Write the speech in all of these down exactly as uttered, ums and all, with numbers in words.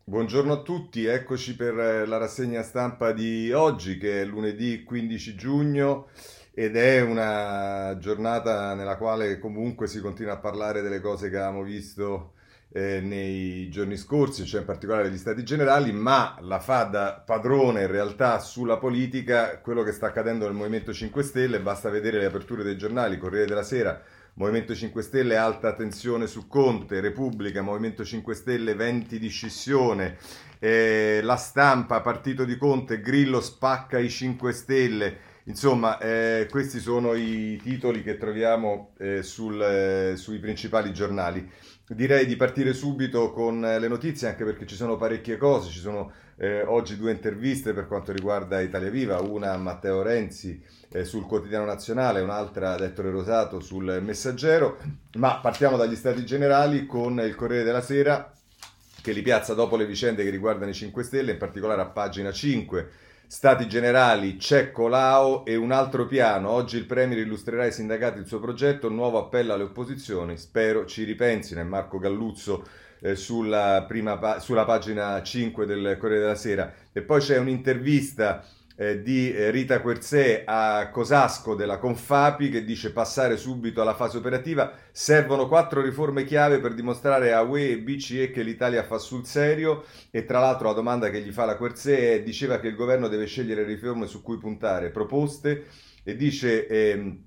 Buongiorno a tutti, eccoci per eh, la rassegna stampa di oggi che è lunedì quindici giugno ed è una giornata nella quale comunque si continua a parlare delle cose che avevamo visto eh, nei giorni scorsi, cioè in particolare degli stati generali, ma la fa da padrone in realtà sulla politica quello che sta accadendo nel Movimento cinque Stelle, basta vedere le aperture dei giornali, Corriere della Sera. Movimento cinque Stelle, alta tensione su Conte, Repubblica, Movimento cinque Stelle, venti di scissione, eh, La Stampa, Partito di Conte, Grillo spacca i cinque Stelle. Insomma, eh, questi sono i titoli che troviamo eh, sul, eh, sui principali giornali. Direi di partire subito con eh, le notizie, anche perché ci sono parecchie cose. Ci sono eh, oggi due interviste per quanto riguarda Italia Viva, una a Matteo Renzi eh, sul Quotidiano Nazionale, un'altra ad Ettore Rosato sul Messaggero, ma partiamo dagli stati generali con il Corriere della Sera che li piazza dopo le vicende che riguardano i cinque Stelle, in particolare a pagina cinque. Stati generali, c'è Colau e un altro piano. Oggi il Premier illustrerà ai sindacati il suo progetto, nuovo appello alle opposizioni, spero ci ripensino. È Marco Galluzzo eh, sulla, prima pa- sulla pagina cinque del Corriere della Sera. E poi c'è un'intervista eh, di eh, Rita Querzè a Cosasco della Confapi che dice passare subito alla fase operativa, servono quattro riforme chiave per dimostrare a U E e B C E che l'Italia fa sul serio. E tra l'altro la domanda che gli fa la Querzè è, diceva che il governo deve scegliere riforme su cui puntare, proposte, e dice ehm,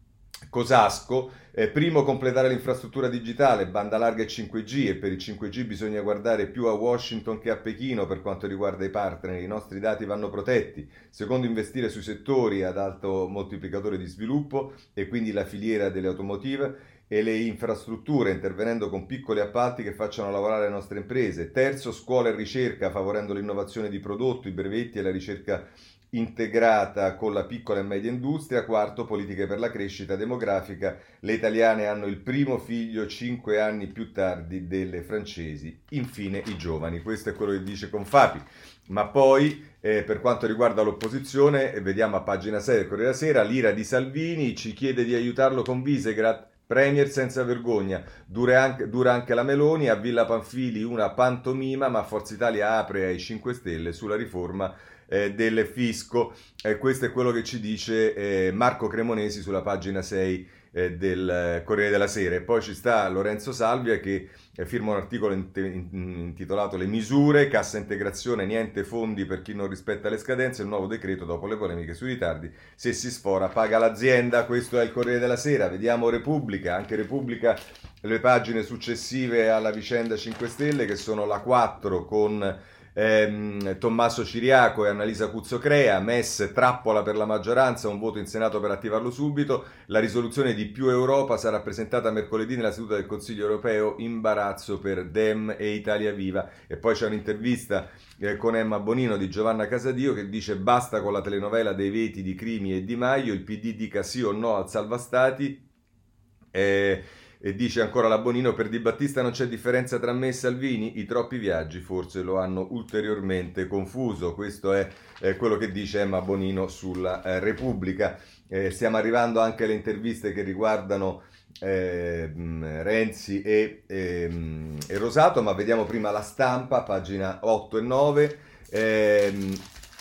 Cosasco, eh, primo completare l'infrastruttura digitale, banda larga e cinque G, e per il cinque G bisogna guardare più a Washington che a Pechino per quanto riguarda i partner, i nostri dati vanno protetti. Secondo, investire sui settori ad alto moltiplicatore di sviluppo e quindi la filiera delle automotive e le infrastrutture, intervenendo con piccoli appalti che facciano lavorare le nostre imprese. Terzo, scuola e ricerca, favorendo l'innovazione di prodotto, i brevetti e la ricerca integrata con la piccola e media industria. Quarto, politiche per la crescita demografica. Le italiane hanno il primo figlio cinque anni più tardi delle francesi. Infine i giovani. Questo è quello che dice Confapi. Ma poi, eh, per quanto riguarda l'opposizione, eh, vediamo a pagina sei del Corriere della Sera, l'ira di Salvini, ci chiede di aiutarlo con Visegrad. Premier senza vergogna, dura anche, dura anche la Meloni, a Villa Panfili una pantomima, ma Forza Italia apre ai cinque Stelle sulla riforma eh, del fisco. Eh, questo è quello che ci dice eh, Marco Cremonesi sulla pagina sei eh, del Corriere della Sera. E poi ci sta Lorenzo Salvia che eh, firma un articolo in- in- intitolato Le misure, cassa integrazione, niente fondi per chi non rispetta le scadenze, il nuovo decreto dopo le polemiche sui ritardi, se si sfora paga l'azienda. Questo è il Corriere della Sera. Vediamo Repubblica, anche Repubblica, le pagine successive alla vicenda cinque Stelle, che sono la quattro con ehm, Tommaso Ciriaco e Annalisa Cuzzocrea. Mess trappola per la maggioranza, un voto in Senato per attivarlo subito. La risoluzione di più Europa sarà presentata mercoledì nella seduta del Consiglio europeo, imbarazzo per Dem e Italia Viva. E poi c'è un'intervista eh, con Emma Bonino di Giovanna Casadio che dice basta con la telenovela dei veti di Crimi e Di Maio, il P D dica sì o no al salva stati. Eh, e dice ancora la Bonino, per Di Battista non c'è differenza tra me e Salvini, i troppi viaggi forse lo hanno ulteriormente confuso. Questo è eh, quello che dice Emma Bonino sulla eh, Repubblica. Eh, stiamo arrivando anche alle interviste che riguardano eh, Renzi e, e, e Rosato, ma vediamo prima La Stampa, pagina otto e nove. Ehm,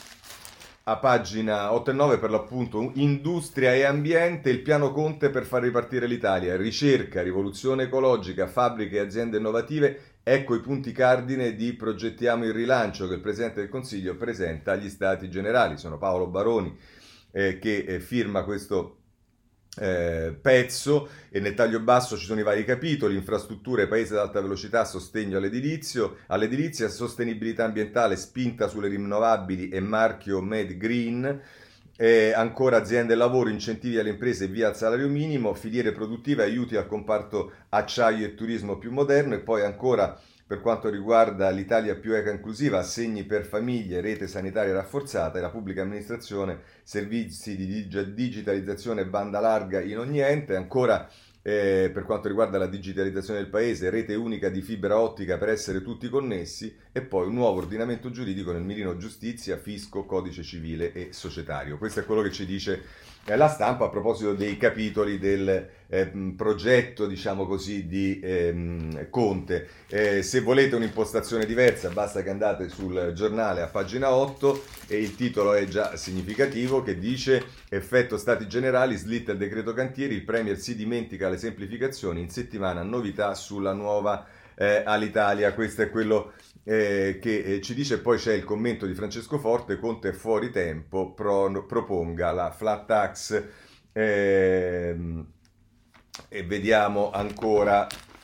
a pagina otto e nove per l'appunto industria e ambiente, il piano Conte per far ripartire l'Italia, ricerca, rivoluzione ecologica, fabbriche e aziende innovative, ecco i punti cardine di Progettiamo il rilancio che il Presidente del Consiglio presenta agli Stati Generali. Sono Paolo Baroni eh, che eh, firma questo eh, pezzo, e nel taglio basso ci sono i vari capitoli: infrastrutture, paese ad alta velocità, sostegno all'edilizio, all'edilizia, sostenibilità ambientale, spinta sulle rinnovabili e marchio Made Green. Eh, ancora aziende e lavoro, incentivi alle imprese via al salario minimo, filiere produttive, aiuti al comparto acciaio e turismo più moderno. E poi ancora, per quanto riguarda l'Italia più eca e inclusiva, assegni per famiglie, rete sanitaria rafforzata e la pubblica amministrazione, servizi di digitalizzazione, banda larga in ogni ente. Ancora eh, per quanto riguarda la digitalizzazione del paese, rete unica di fibra ottica per essere tutti connessi e poi un nuovo ordinamento giuridico nel mirino giustizia, fisco, codice civile e societario. Questo è quello che ci dice eh, la stampa a proposito dei capitoli del eh, progetto, diciamo così, di ehm, Conte. Eh, se volete un'impostazione diversa, basta che andate sul giornale a pagina otto e il titolo è già significativo, che dice: effetto stati generali, slitta il decreto cantieri, il Premier si dimentica le semplificazioni, in settimana novità sulla nuova eh, Alitalia. Questo è quello eh, che eh, ci dice. Poi c'è il commento di Francesco Forte: Conte è fuori tempo, pro, proponga la flat tax. Ehm, e vediamo ancora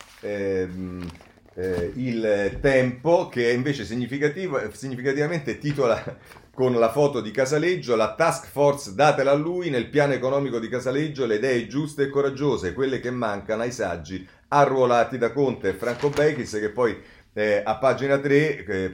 ehm, eh, il Tempo, che invece significativo, significativamente titola con la foto di Casaleggio: la task force datela a lui, nel piano economico di Casaleggio le idee giuste e coraggiose, quelle che mancano ai saggi arruolati da Conte e Franco Bechis, che poi eh, a pagina tre eh,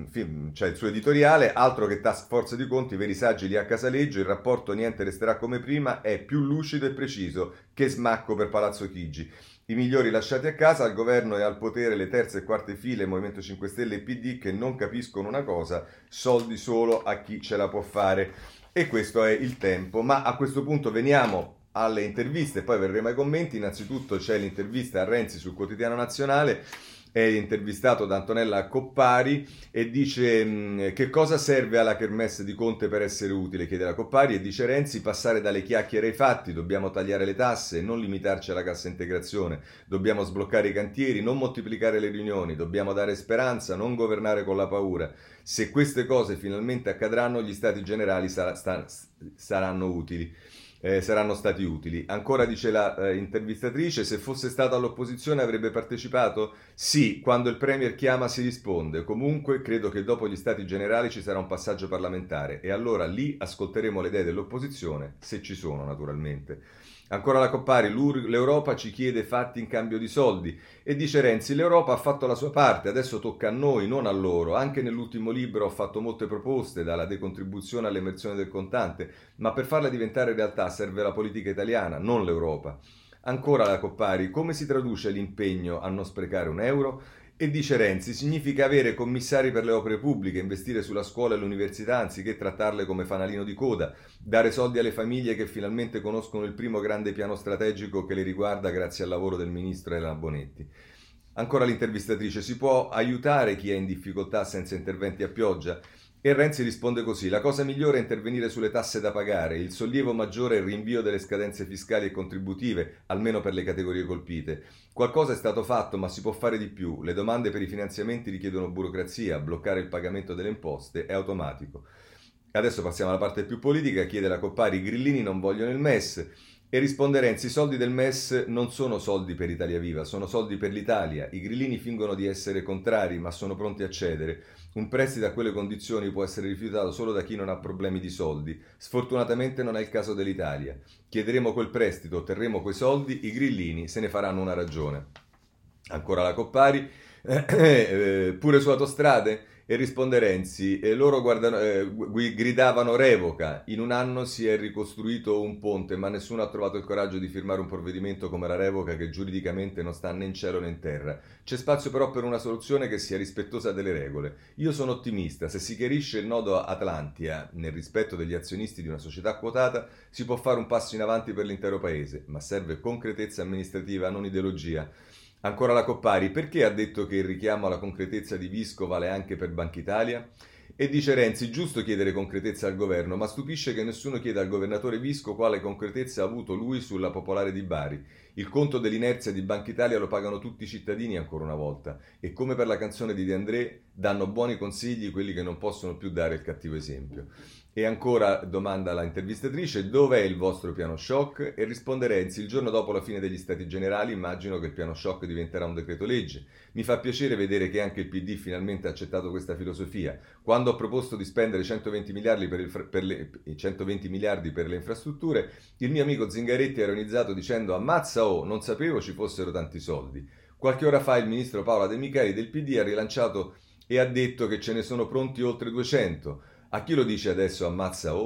c'è il suo editoriale: altro che task force di Conti, i veri saggi lì a Casaleggio, il rapporto niente resterà come prima, è più lucido e preciso che smacco per Palazzo Chigi. I migliori lasciati a casa, al governo e al potere le terze e quarte file, Movimento cinque Stelle e P D, che non capiscono una cosa: soldi solo a chi ce la può fare. E questo è il Tempo. Ma a questo punto veniamo alle interviste, poi verremo ai commenti. Innanzitutto c'è l'intervista a Renzi sul Quotidiano Nazionale. È intervistato da Antonella Coppari e dice: mh, che cosa serve alla kermesse di Conte per essere utile, chiede la Coppari, e dice Renzi: passare dalle chiacchiere ai fatti, dobbiamo tagliare le tasse, non limitarci alla cassa integrazione, dobbiamo sbloccare i cantieri, non moltiplicare le riunioni, dobbiamo dare speranza, non governare con la paura. Se queste cose finalmente accadranno, gli stati generali sar- sta- saranno utili. Eh, saranno stati utili. Ancora dice la eh, intervistatrice: se fosse stato all'opposizione avrebbe partecipato? Sì, quando il Premier chiama si risponde. Comunque credo che dopo gli stati generali ci sarà un passaggio parlamentare e allora lì ascolteremo le idee dell'opposizione, se ci sono naturalmente. Ancora la Coppari: l'Europa ci chiede fatti in cambio di soldi, e dice Renzi: l'Europa ha fatto la sua parte, adesso tocca a noi, non a loro. Anche nell'ultimo libro ho fatto molte proposte, dalla decontribuzione all'emersione del contante, ma per farla diventare realtà serve la politica italiana, non l'Europa. Ancora la Coppari: come si traduce l'impegno a non sprecare un euro? E dice Renzi: significa avere commissari per le opere pubbliche, investire sulla scuola e l'università anziché trattarle come fanalino di coda, dare soldi alle famiglie che finalmente conoscono il primo grande piano strategico che le riguarda grazie al lavoro del ministro Elena Bonetti. Ancora l'intervistatrice: si può aiutare chi è in difficoltà senza interventi a pioggia? E Renzi risponde così: la cosa migliore è intervenire sulle tasse da pagare, il sollievo maggiore è il rinvio delle scadenze fiscali e contributive, almeno per le categorie colpite. Qualcosa è stato fatto, ma si può fare di più. Le domande per i finanziamenti richiedono burocrazia, bloccare il pagamento delle imposte è automatico. Adesso passiamo alla parte più politica. Chiede la Coppari: i grillini non vogliono il M E S. E risponde Renzi: i soldi del M E S non sono soldi per Italia Viva, sono soldi per l'Italia. I grillini fingono di essere contrari, ma sono pronti a cedere. Un prestito a quelle condizioni può essere rifiutato solo da chi non ha problemi di soldi. Sfortunatamente non è il caso dell'Italia. Chiederemo quel prestito, otterremo quei soldi, i grillini se ne faranno una ragione. Ancora la Coppari: eh, eh, pure su autostrade? E risponde Renzi: e loro guardano, eh, gridavano revoca. In un anno si è ricostruito un ponte, ma nessuno ha trovato il coraggio di firmare un provvedimento come la revoca, che giuridicamente non sta né in cielo né in terra. C'è spazio però per una soluzione che sia rispettosa delle regole. Io sono ottimista: se si chiarisce il nodo Atlantia nel rispetto degli azionisti di una società quotata, si può fare un passo in avanti per l'intero paese, ma serve concretezza amministrativa, non ideologia. Ancora la Coppari: perché ha detto che il richiamo alla concretezza di Visco vale anche per Banca Italia? E dice Renzi: giusto chiedere concretezza al governo, ma stupisce che nessuno chieda al governatore Visco quale concretezza ha avuto lui sulla Popolare di Bari. Il conto dell'inerzia di Banca Italia lo pagano tutti i cittadini ancora una volta, e come per la canzone di De André, danno buoni consigli quelli che non possono più dare il cattivo esempio. E ancora domanda la intervistatrice: dov'è il vostro piano shock? E risponde Renzi: il giorno dopo la fine degli stati generali immagino che il piano shock diventerà un decreto legge. Mi fa piacere vedere che anche il P D finalmente ha accettato questa filosofia. Quando ho proposto di spendere centoventi miliardi per, il, per, le, centoventi miliardi per le infrastrutture, il mio amico Zingaretti ha ironizzato dicendo: ammazza oh, non sapevo ci fossero tanti soldi. Qualche ora fa il ministro Paola De Micheli del P D ha rilanciato e ha detto che ce ne sono pronti oltre duecento. A chi lo dice adesso ammazza oh?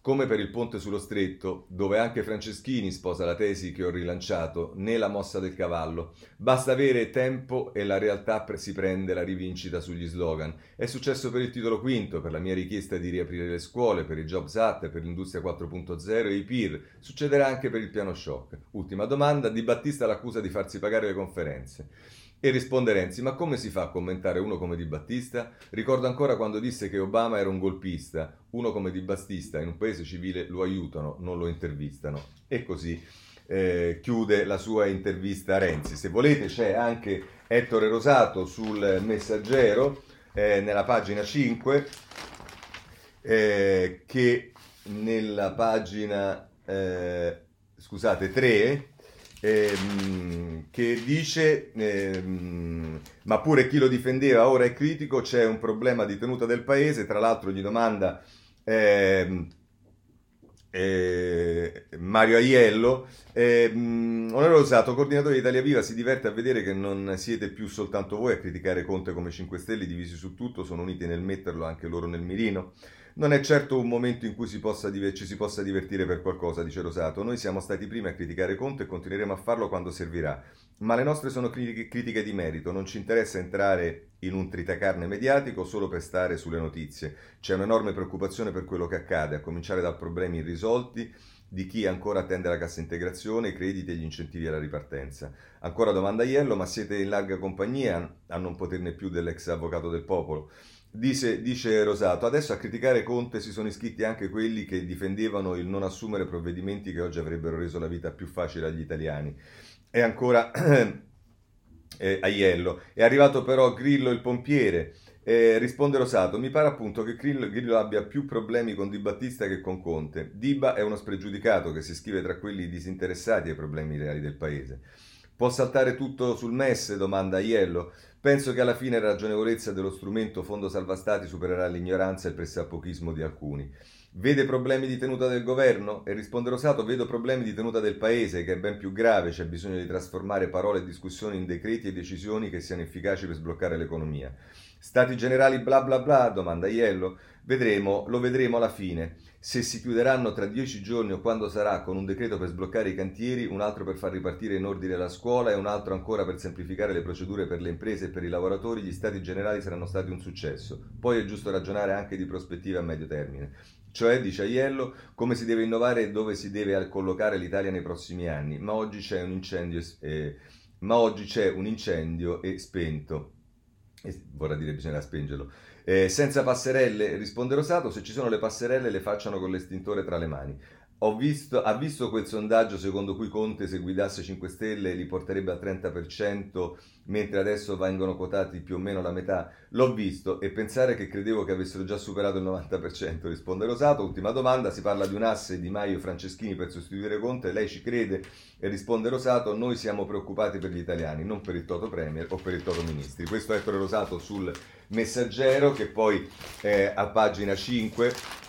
Come per il ponte sullo stretto, dove anche Franceschini sposa la tesi che ho rilanciato, né la mossa del cavallo. Basta avere tempo e la realtà pre- si prende la rivincita sugli slogan. È successo per il titolo quinto, per la mia richiesta di riaprire le scuole, per il Jobs Act, per l'Industria quattro punto zero e i P I R. Succederà anche per il piano shock. Ultima domanda, Di Battista l'accusa di farsi pagare le conferenze. E risponde Renzi, ma come si fa a commentare uno come Di Battista? Ricordo ancora quando disse che Obama era un golpista, uno come Di Battista in un paese civile lo aiutano, non lo intervistano. E così eh, chiude la sua intervista a Renzi. Se volete c'è anche Ettore Rosato sul Messaggero, eh, nella pagina cinque, eh, che nella pagina, eh, scusate, tre... Ehm, che dice ehm, ma pure chi lo difendeva ora è critico, c'è un problema di tenuta del paese. Tra l'altro gli domanda ehm, eh, Mario Aiello, ehm, onorevole Rosato, coordinatore di Italia Viva, si diverte a vedere che non siete più soltanto voi a criticare Conte come cinque Stelle divisi su tutto, sono uniti nel metterlo anche loro nel mirino. Non è certo un momento in cui si possa diver- ci si possa divertire per qualcosa, dice Rosato. Noi siamo stati i primi a criticare Conte e continueremo a farlo quando servirà. Ma le nostre sono critiche, critiche di merito, non ci interessa entrare in un tritacarne mediatico solo per stare sulle notizie. C'è un'enorme preoccupazione per quello che accade, a cominciare da problemi irrisolti di chi ancora attende la cassa integrazione, i crediti e gli incentivi alla ripartenza. Ancora domanda Iello, ma siete in larga compagnia a non poterne più dell'ex avvocato del popolo? Dice, dice Rosato, adesso a criticare Conte si sono iscritti anche quelli che difendevano il non assumere provvedimenti che oggi avrebbero reso la vita più facile agli italiani. E ancora eh, Aiello, è arrivato però Grillo il pompiere. Eh, risponde Rosato, mi pare appunto che Grillo, Grillo abbia più problemi con Di Battista che con Conte. Diba è uno spregiudicato che si scrive tra quelli disinteressati ai problemi reali del paese. Può saltare tutto sul M E S? Domanda Aiello. Penso che alla fine la ragionevolezza dello strumento Fondo Salva Stati supererà l'ignoranza e il pressappochismo di alcuni. Vede problemi di tenuta del governo? E risponde Rosato, vedo problemi di tenuta del paese, che è ben più grave, c'è bisogno di trasformare parole e discussioni in decreti e decisioni che siano efficaci per sbloccare l'economia. Stati generali bla bla bla? Domanda Iello. Vedremo, lo vedremo alla fine. Se si chiuderanno tra dieci giorni o quando sarà con un decreto per sbloccare i cantieri, un altro per far ripartire in ordine la scuola e un altro ancora per semplificare le procedure per le imprese e per i lavoratori, gli stati generali saranno stati un successo. Poi è giusto ragionare anche di prospettive a medio termine. Cioè, dice Aiello, come si deve innovare e dove si deve collocare l'Italia nei prossimi anni. Ma oggi c'è un incendio, eh, ma oggi c'è un incendio e spento. E vorrà dire bisognerà spengerlo. Eh, senza passerelle, risponde Rosato, se ci sono le passerelle le facciano con l'estintore tra le mani. Ho visto, ha visto quel sondaggio secondo cui Conte, se guidasse cinque Stelle, li porterebbe al trenta per cento, mentre adesso vengono quotati più o meno la metà? L'ho visto e pensare che credevo che avessero già superato il novanta per cento, risponde Rosato. Ultima domanda, si parla di un asse Di Maio Franceschini per sostituire Conte, lei ci crede? E risponde Rosato, noi siamo preoccupati per gli italiani, non per il Toto Premier o per il Toto Ministri. Questo è Ettore Rosato sul Messaggero, che poi eh, a pagina cinque,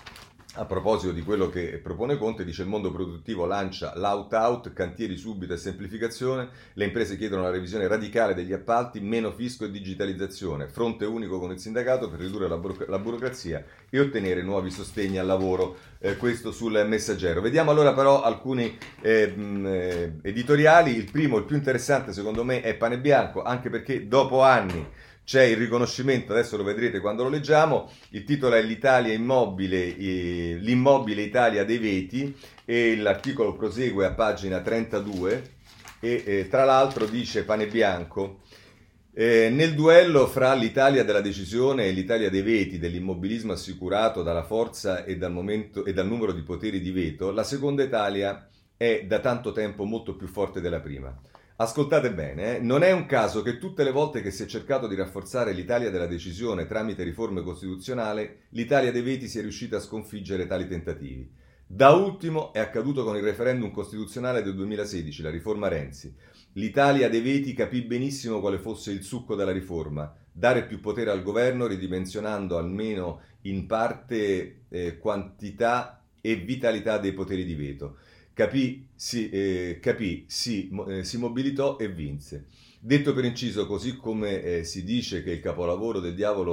a proposito di quello che propone Conte, dice il mondo produttivo lancia l'out-out, cantieri subito e semplificazione, le imprese chiedono la revisione radicale degli appalti, meno fisco e digitalizzazione, fronte unico con il sindacato per ridurre la, buro- la burocrazia e ottenere nuovi sostegni al lavoro. Eh, questo sul Messaggero. Vediamo allora però alcuni eh, mh, editoriali. Il primo, il più interessante secondo me, è Pane Bianco, anche perché dopo anni c'è il riconoscimento, adesso lo vedrete quando lo leggiamo, il titolo è l'Italia immobile, eh, l'immobile Italia dei veti, e l'articolo prosegue a pagina trentadue e eh, tra l'altro dice Pane Bianco, eh, nel duello fra l'Italia della decisione e l'Italia dei veti, dell'immobilismo assicurato dalla forza e dal, momento, e dal numero di poteri di veto, la seconda Italia è da tanto tempo molto più forte della prima. Ascoltate bene, eh? Non è un caso che tutte le volte che si è cercato di rafforzare l'Italia della decisione tramite riforme costituzionali, l'Italia dei veti sia riuscita a sconfiggere tali tentativi. Da ultimo è accaduto con il referendum costituzionale del duemilasedici, la riforma Renzi. L'Italia dei veti capì benissimo quale fosse il succo della riforma, dare più potere al governo ridimensionando almeno in parte eh, quantità e vitalità dei poteri di veto. Capì, si, eh, capì si, eh, si mobilitò e vinse. Detto per inciso, così come eh, si dice che il capolavoro del diavolo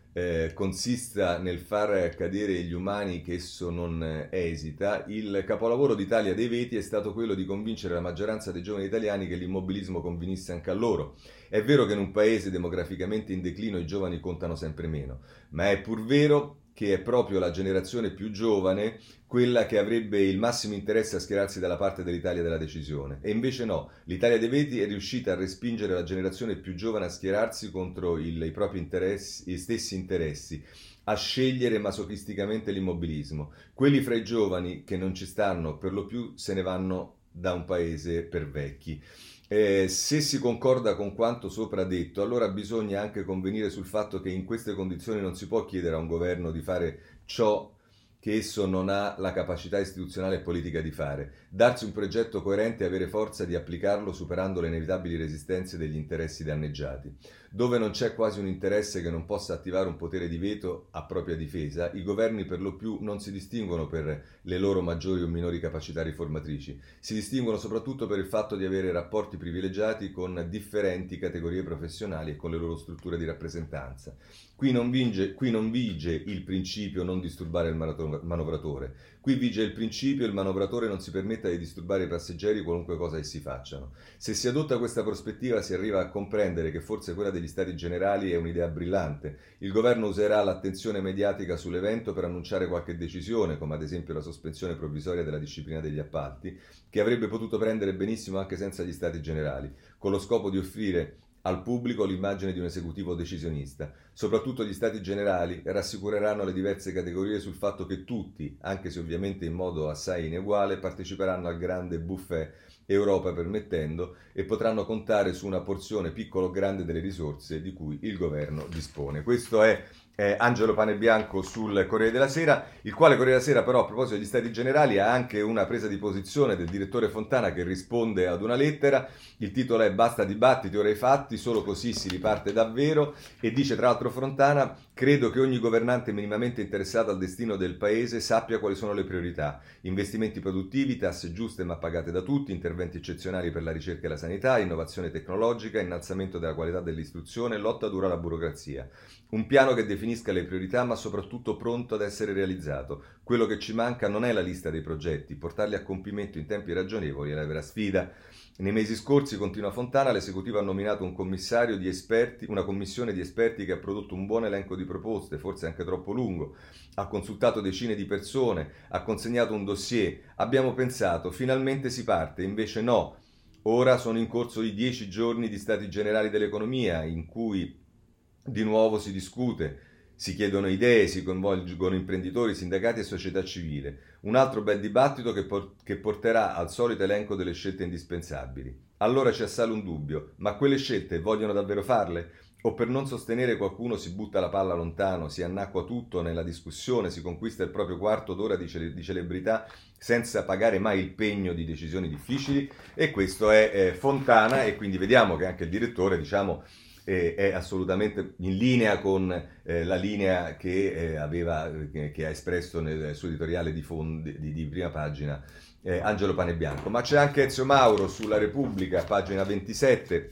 eh, consista nel far cadere gli umani che esso non eh, esita, il capolavoro d'Italia dei Veti è stato quello di convincere la maggioranza dei giovani italiani che l'immobilismo convenisse anche a loro. È vero che in un paese demograficamente in declino i giovani contano sempre meno, ma è pur vero che è proprio la generazione più giovane quella che avrebbe il massimo interesse a schierarsi dalla parte dell'Italia della decisione. E invece no, l'Italia dei Veti è riuscita a respingere la generazione più giovane a schierarsi contro il, i propri interessi, i stessi interessi, a scegliere masochisticamente l'immobilismo. Quelli fra i giovani che non ci stanno, per lo più se ne vanno da un paese per vecchi. Eh, se si concorda con quanto sopra detto, allora bisogna anche convenire sul fatto che in queste condizioni non si può chiedere a un governo di fare ciò che esso non ha la capacità istituzionale e politica di fare, darsi un progetto coerente e avere forza di applicarlo superando le inevitabili resistenze degli interessi danneggiati. Dove non c'è quasi un interesse che non possa attivare un potere di veto a propria difesa, i governi per lo più non si distinguono per le loro maggiori o minori capacità riformatrici, si distinguono soprattutto per il fatto di avere rapporti privilegiati con differenti categorie professionali e con le loro strutture di rappresentanza. Qui non, vinge, qui non vige il principio non disturbare il manovratore, qui vige il principio il manovratore non si permetta di disturbare i passeggeri qualunque cosa essi facciano. Se si adotta questa prospettiva si arriva a comprendere che forse quella degli Stati Generali è un'idea brillante. Il governo userà l'attenzione mediatica sull'evento per annunciare qualche decisione, come ad esempio la sospensione provvisoria della disciplina degli appalti, che avrebbe potuto prendere benissimo anche senza gli Stati Generali, con lo scopo di offrire al pubblico l'immagine di un esecutivo decisionista. Soprattutto gli Stati Generali rassicureranno le diverse categorie sul fatto che tutti, anche se ovviamente in modo assai ineguale, parteciperanno al grande buffet Europa permettendo e potranno contare su una porzione piccola o grande delle risorse di cui il governo dispone. Questo è eh, Angelo Panebianco sul Corriere della Sera, il quale Corriere della Sera però a proposito degli Stati Generali ha anche una presa di posizione del direttore Fontana che risponde ad una lettera, il titolo è "Basta dibattiti, ora i fatti, solo così si riparte davvero", e dice tra l'altro Fontana: "Credo che ogni governante minimamente interessato al destino del paese sappia quali sono le priorità: investimenti produttivi, tasse giuste ma pagate da tutti, interventi eccezionali per la ricerca e la sanità, innovazione tecnologica, innalzamento della qualità dell'istruzione, lotta dura alla burocrazia. Un piano che definisca le priorità ma soprattutto pronto ad essere realizzato. Quello che ci manca non è la lista dei progetti, portarli a compimento in tempi ragionevoli è la vera sfida". Nei mesi scorsi, continua Fontana, l'esecutivo ha nominato un commissario di esperti, una commissione di esperti che ha prodotto un buon elenco di proposte, forse anche troppo lungo, ha consultato decine di persone, ha consegnato un dossier. Abbiamo pensato, finalmente si parte, invece no. Ora sono in corso i dieci giorni di Stati Generali dell'Economia, in cui di nuovo si discute, si chiedono idee, si coinvolgono imprenditori, sindacati e società civile. Un altro bel dibattito che, por- che porterà al solito elenco delle scelte indispensabili. Allora ci assale un dubbio, ma quelle scelte vogliono davvero farle? O per non sostenere qualcuno si butta la palla lontano, si annacqua tutto nella discussione, si conquista il proprio quarto d'ora di, cele- di celebrità senza pagare mai il pegno di decisioni difficili? E questo è eh, Fontana, e quindi vediamo che anche il direttore, diciamo, eh, è assolutamente in linea con eh, la linea che, eh, aveva, che, che ha espresso nel suo editoriale di, fondi, di, di prima pagina eh, Angelo Panebianco. Ma c'è anche Ezio Mauro sulla Repubblica, pagina ventisette,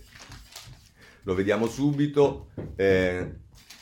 lo vediamo subito. Eh,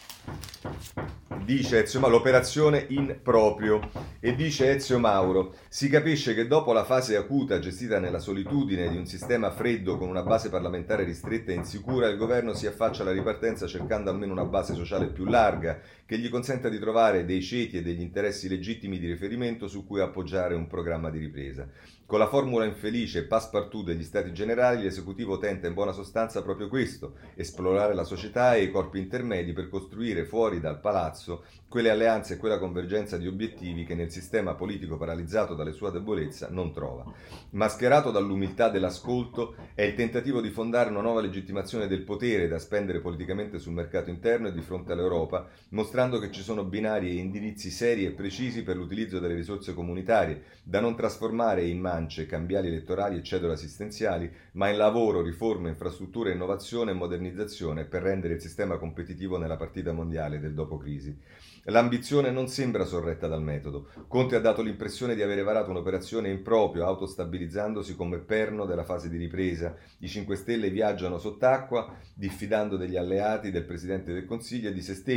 dice Ezio Mauro, l'operazione in proprio, e dice Ezio Mauro: si capisce che dopo la fase acuta gestita nella solitudine di un sistema freddo con una base parlamentare ristretta e insicura, il governo si affaccia alla ripartenza cercando almeno una base sociale più larga che gli consenta di trovare dei ceti e degli interessi legittimi di riferimento su cui appoggiare un programma di ripresa. Con la formula infelice passepartout degli Stati Generali, l'esecutivo tenta in buona sostanza proprio questo: esplorare la società e i corpi intermedi per costruire fuori dal palazzo quelle alleanze e quella convergenza di obiettivi che nel sistema politico paralizzato dalle sue debolezza non trova. Mascherato dall'umiltà dell'ascolto, è il tentativo di fondare una nuova legittimazione del potere da spendere politicamente sul mercato interno e di fronte all'Europa, mostrando che ci sono binari e indirizzi seri e precisi per l'utilizzo delle risorse comunitarie, da non trasformare in mance, cambiali elettorali e cedole assistenziali, ma in lavoro, riforme, infrastrutture, innovazione e modernizzazione per rendere il sistema competitivo nella partita mondiale del dopo crisi. L'ambizione non sembra sorretta dal metodo. Conte ha dato l'impressione di avere varato un'operazione in proprio, autostabilizzandosi come perno della fase di ripresa. I cinque Stelle viaggiano sott'acqua, diffidando degli alleati, del Presidente del Consiglio e di se stessi.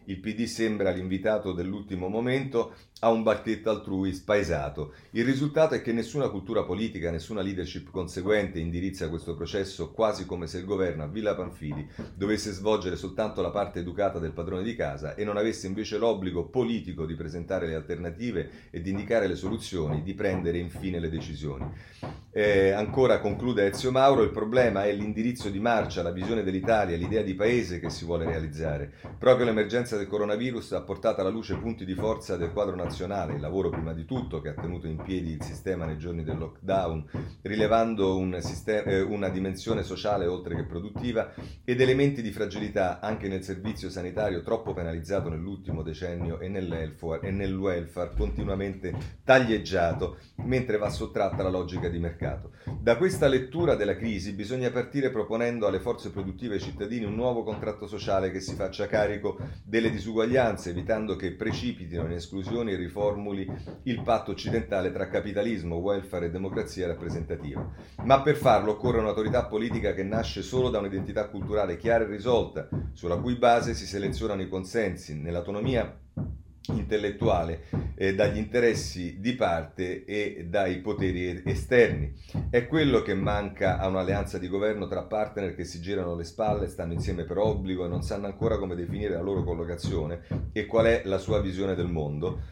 Il P D sembra l'invitato dell'ultimo momento a un banchetto altrui spaesato. Il risultato è che nessuna cultura politica, nessuna leadership conseguente indirizza questo processo, quasi come se il governo a Villa Pamphili dovesse svolgere soltanto la parte educata del padrone di casa e non avesse invece l'obbligo politico di presentare le alternative e di indicare le soluzioni, di prendere infine le decisioni. Eh, ancora conclude Ezio Mauro, il problema è l'indirizzo di marcia, la visione dell'Italia, l'idea di paese che si vuole realizzare. Proprio l'emergenza del coronavirus ha portato alla luce punti di forza del quadro nazionale, il lavoro prima di tutto che ha tenuto in piedi il sistema nei giorni del lockdown, rilevando un sistema, eh, una dimensione sociale oltre che produttiva ed elementi di fragilità anche nel servizio sanitario troppo penalizzato nell'ultimo decennio e nell'elfare, e nel welfare continuamente taglieggiato, mentre va sottratta la logica di mercato. Da questa lettura della crisi bisogna partire proponendo alle forze produttive e ai cittadini un nuovo contratto sociale che si faccia carico delle disuguaglianze, evitando che precipitino in esclusioni e riformuli il patto occidentale tra capitalismo, welfare e democrazia rappresentativa. Ma per farlo occorre un'autorità politica che nasce solo da un'identità culturale chiara e risolta, sulla cui base si selezionano i consensi, nell'autonomia intellettuale eh, dagli interessi di parte e dai poteri esterni. È quello che manca a un'alleanza di governo tra partner che si girano le spalle, stanno insieme per obbligo e non sanno ancora come definire la loro collocazione e qual è la sua visione del mondo.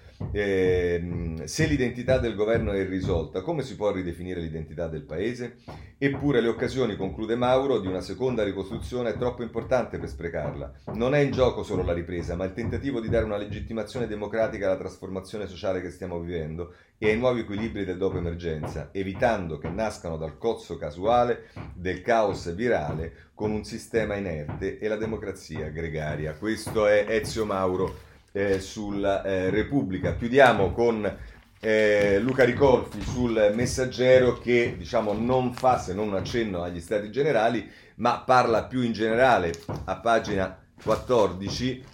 Eh, se l'identità del governo è irrisolta, come si può ridefinire l'identità del paese? Eppure le occasioni, conclude Mauro, di una seconda ricostruzione è troppo importante per sprecarla. Non è in gioco solo la ripresa, ma il tentativo di dare una legittimazione democratica alla trasformazione sociale che stiamo vivendo e ai nuovi equilibri del dopo emergenza, evitando che nascano dal cozzo casuale del caos virale con un sistema inerte e la democrazia gregaria. Questo è Ezio Mauro Eh, sulla eh, Repubblica. Chiudiamo con eh, Luca Ricolfi sul Messaggero, che diciamo non fa se non un accenno agli stati generali, ma parla più in generale a pagina quattordici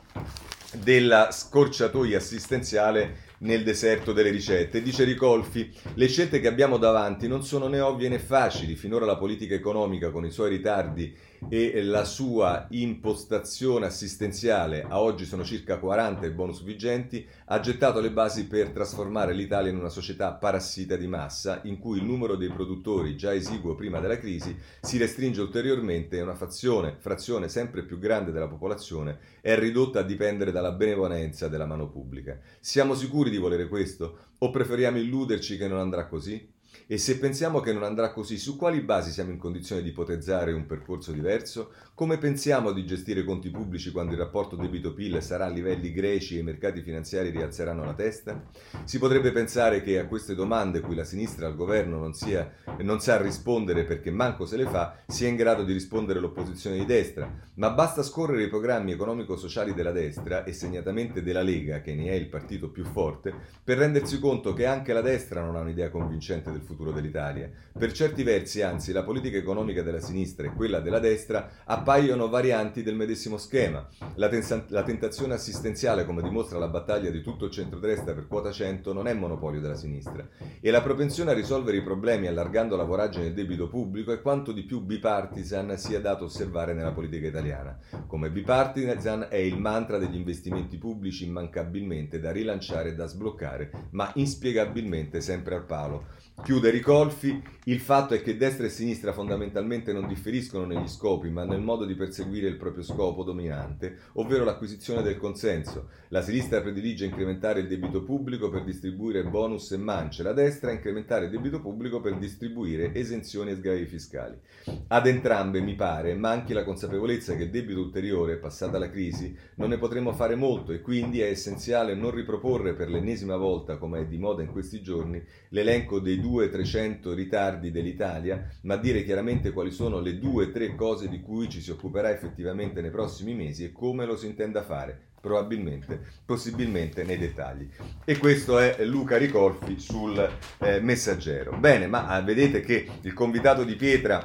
della scorciatoia assistenziale nel deserto delle ricette. Dice Ricolfi: le scelte che abbiamo davanti non sono né ovvie né facili. Finora la politica economica, con i suoi ritardi e la sua impostazione assistenziale, a oggi sono circa quaranta i bonus vigenti, ha gettato le basi per trasformare l'Italia in una società parassita di massa, in cui il numero dei produttori, già esiguo prima della crisi, si restringe ulteriormente e una fazione, frazione sempre più grande della popolazione è ridotta a dipendere dalla benevolenza della mano pubblica. Siamo sicuri di volere questo? O preferiamo illuderci che non andrà così? E se pensiamo che non andrà così, su quali basi siamo in condizione di ipotizzare un percorso diverso? Come pensiamo di gestire i conti pubblici quando il rapporto debito-P I L sarà a livelli greci e i mercati finanziari rialzeranno la testa? Si potrebbe pensare che a queste domande, cui la sinistra al governo non, sia, non sa rispondere perché manco se le fa, sia in grado di rispondere l'opposizione di destra. Ma basta scorrere i programmi economico-sociali della destra, e segnatamente della Lega, che ne è il partito più forte, per rendersi conto che anche la destra non ha un'idea convincente del futuro dell'Italia. Per certi versi, anzi, la politica economica della sinistra e quella della destra appaiono varianti del medesimo schema. La, ten- la tentazione assistenziale, come dimostra la battaglia di tutto il centrodestra per quota cento, non è monopolio della sinistra. E la propensione a risolvere i problemi allargando la voragine del debito pubblico è quanto di più bipartisan sia dato osservare nella politica italiana. Come bipartisan è il mantra degli investimenti pubblici immancabilmente da rilanciare e da sbloccare, ma inspiegabilmente sempre al palo. Chiude Ricolfi: il fatto è che destra e sinistra fondamentalmente non differiscono negli scopi, ma nel modo di perseguire il proprio scopo dominante, ovvero l'acquisizione del consenso. La sinistra predilige incrementare il debito pubblico per distribuire bonus e mance, la destra incrementare il debito pubblico per distribuire esenzioni e sgravi fiscali. Ad entrambe, mi pare, manchi la consapevolezza che il debito ulteriore, passata la crisi, non ne potremo fare molto, e quindi è essenziale non riproporre per l'ennesima volta, come è di moda in questi giorni, l'elenco dei due trecento ritardi dell'Italia, ma dire chiaramente quali sono le due tre cose di cui ci si occuperà effettivamente nei prossimi mesi e come lo si intenda fare, probabilmente, possibilmente nei dettagli. E questo è Luca Ricolfi sul eh, Messaggero. Bene, ma ah, vedete che il convitato di pietra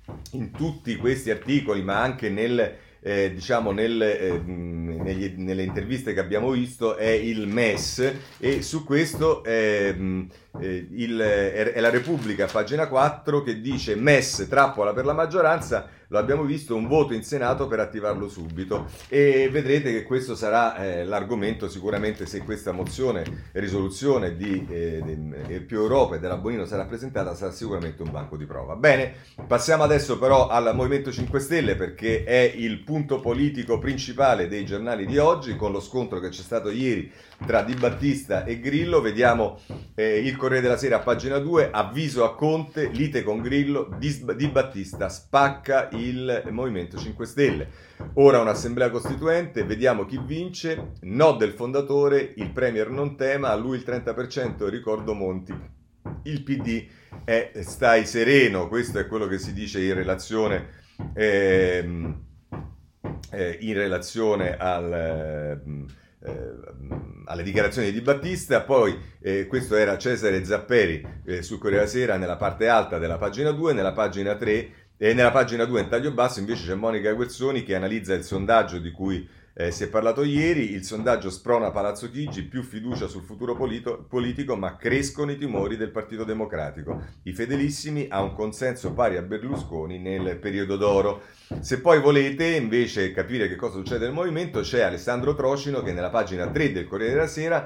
in tutti questi articoli, ma anche nel Eh, diciamo nel, eh, negli, nelle interviste che abbiamo visto, è il M E S, e su questo eh, eh, il, è la Repubblica, pagina quattro, che dice: M E S trappola per la maggioranza, lo abbiamo visto, un voto in Senato per attivarlo subito, e vedrete che questo sarà eh, l'argomento sicuramente, se questa mozione e risoluzione di, eh, di Più Europa e della Bonino sarà presentata, sarà sicuramente un banco di prova. Bene, passiamo adesso però al Movimento cinque Stelle, perché è il punto politico principale dei giornali di oggi, con lo scontro che c'è stato ieri tra Di Battista e Grillo. Vediamo eh, il Corriere della Sera a pagina due, avviso a Conte, lite con Grillo, Di, Di Battista spacca il Movimento cinque Stelle. Ora un'assemblea costituente, vediamo chi vince, no del fondatore, il premier non tema, a lui il trenta per cento, ricordo Monti. Il P D è stai sereno, questo è quello che si dice in relazione, ehm, eh, in relazione al... Eh, Eh, alle dichiarazioni di Battista. Poi eh, questo era Cesare Zapperi eh, sul Corriere della Sera, nella parte alta della pagina due. Nella pagina tre e nella pagina due in taglio basso invece c'è Monica Guerzoni che analizza il sondaggio di cui eh, si è parlato ieri. Il sondaggio sprona Palazzo Chigi, più fiducia sul futuro polito- politico, ma crescono i timori del Partito Democratico. I fedelissimi ha un consenso pari a Berlusconi nel periodo d'oro. Se poi volete invece capire che cosa succede nel movimento, c'è Alessandro Trocino che nella pagina tre del Corriere della Sera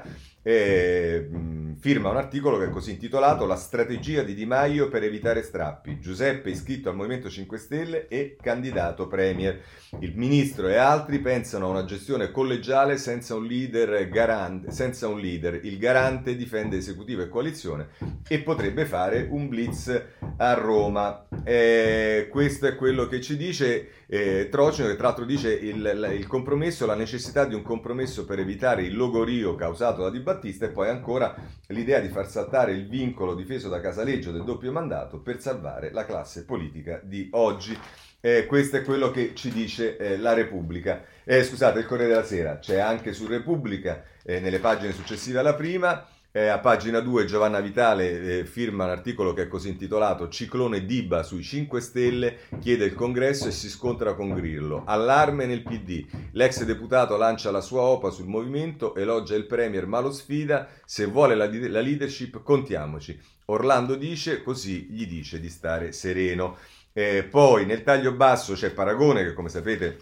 eh, firma un articolo che è così intitolato: La strategia di Di Maio per evitare strappi. Giuseppe iscritto al Movimento cinque Stelle e candidato premier. Il ministro e altri pensano a una gestione collegiale senza un leader garante, senza un leader. Il garante difende esecutivo e coalizione e potrebbe fare un blitz a Roma. Eh, questo è quello che ci dice eh, Trocino, che tra l'altro dice il, il compromesso, la necessità di un compromesso per evitare il logorio causato da Di Battista, e poi ancora l'idea di far saltare il vincolo difeso da Casaleggio del doppio mandato per salvare la classe politica di oggi. Eh, questo è quello che ci dice eh, la Repubblica, eh, scusate, il Corriere della Sera. C'è anche su Repubblica, eh, nelle pagine successive alla prima, Eh, a pagina due Giovanna Vitale eh, firma un articolo che è così intitolato: Ciclone Diba sui cinque Stelle, chiede il congresso e si scontra con Grillo. Allarme nel P D, l'ex deputato lancia la sua opa sul movimento, elogia il premier ma lo sfida, se vuole la, la leadership contiamoci. Orlando dice, così gli dice di stare sereno. Eh, poi nel taglio basso c'è Paragone che, come sapete,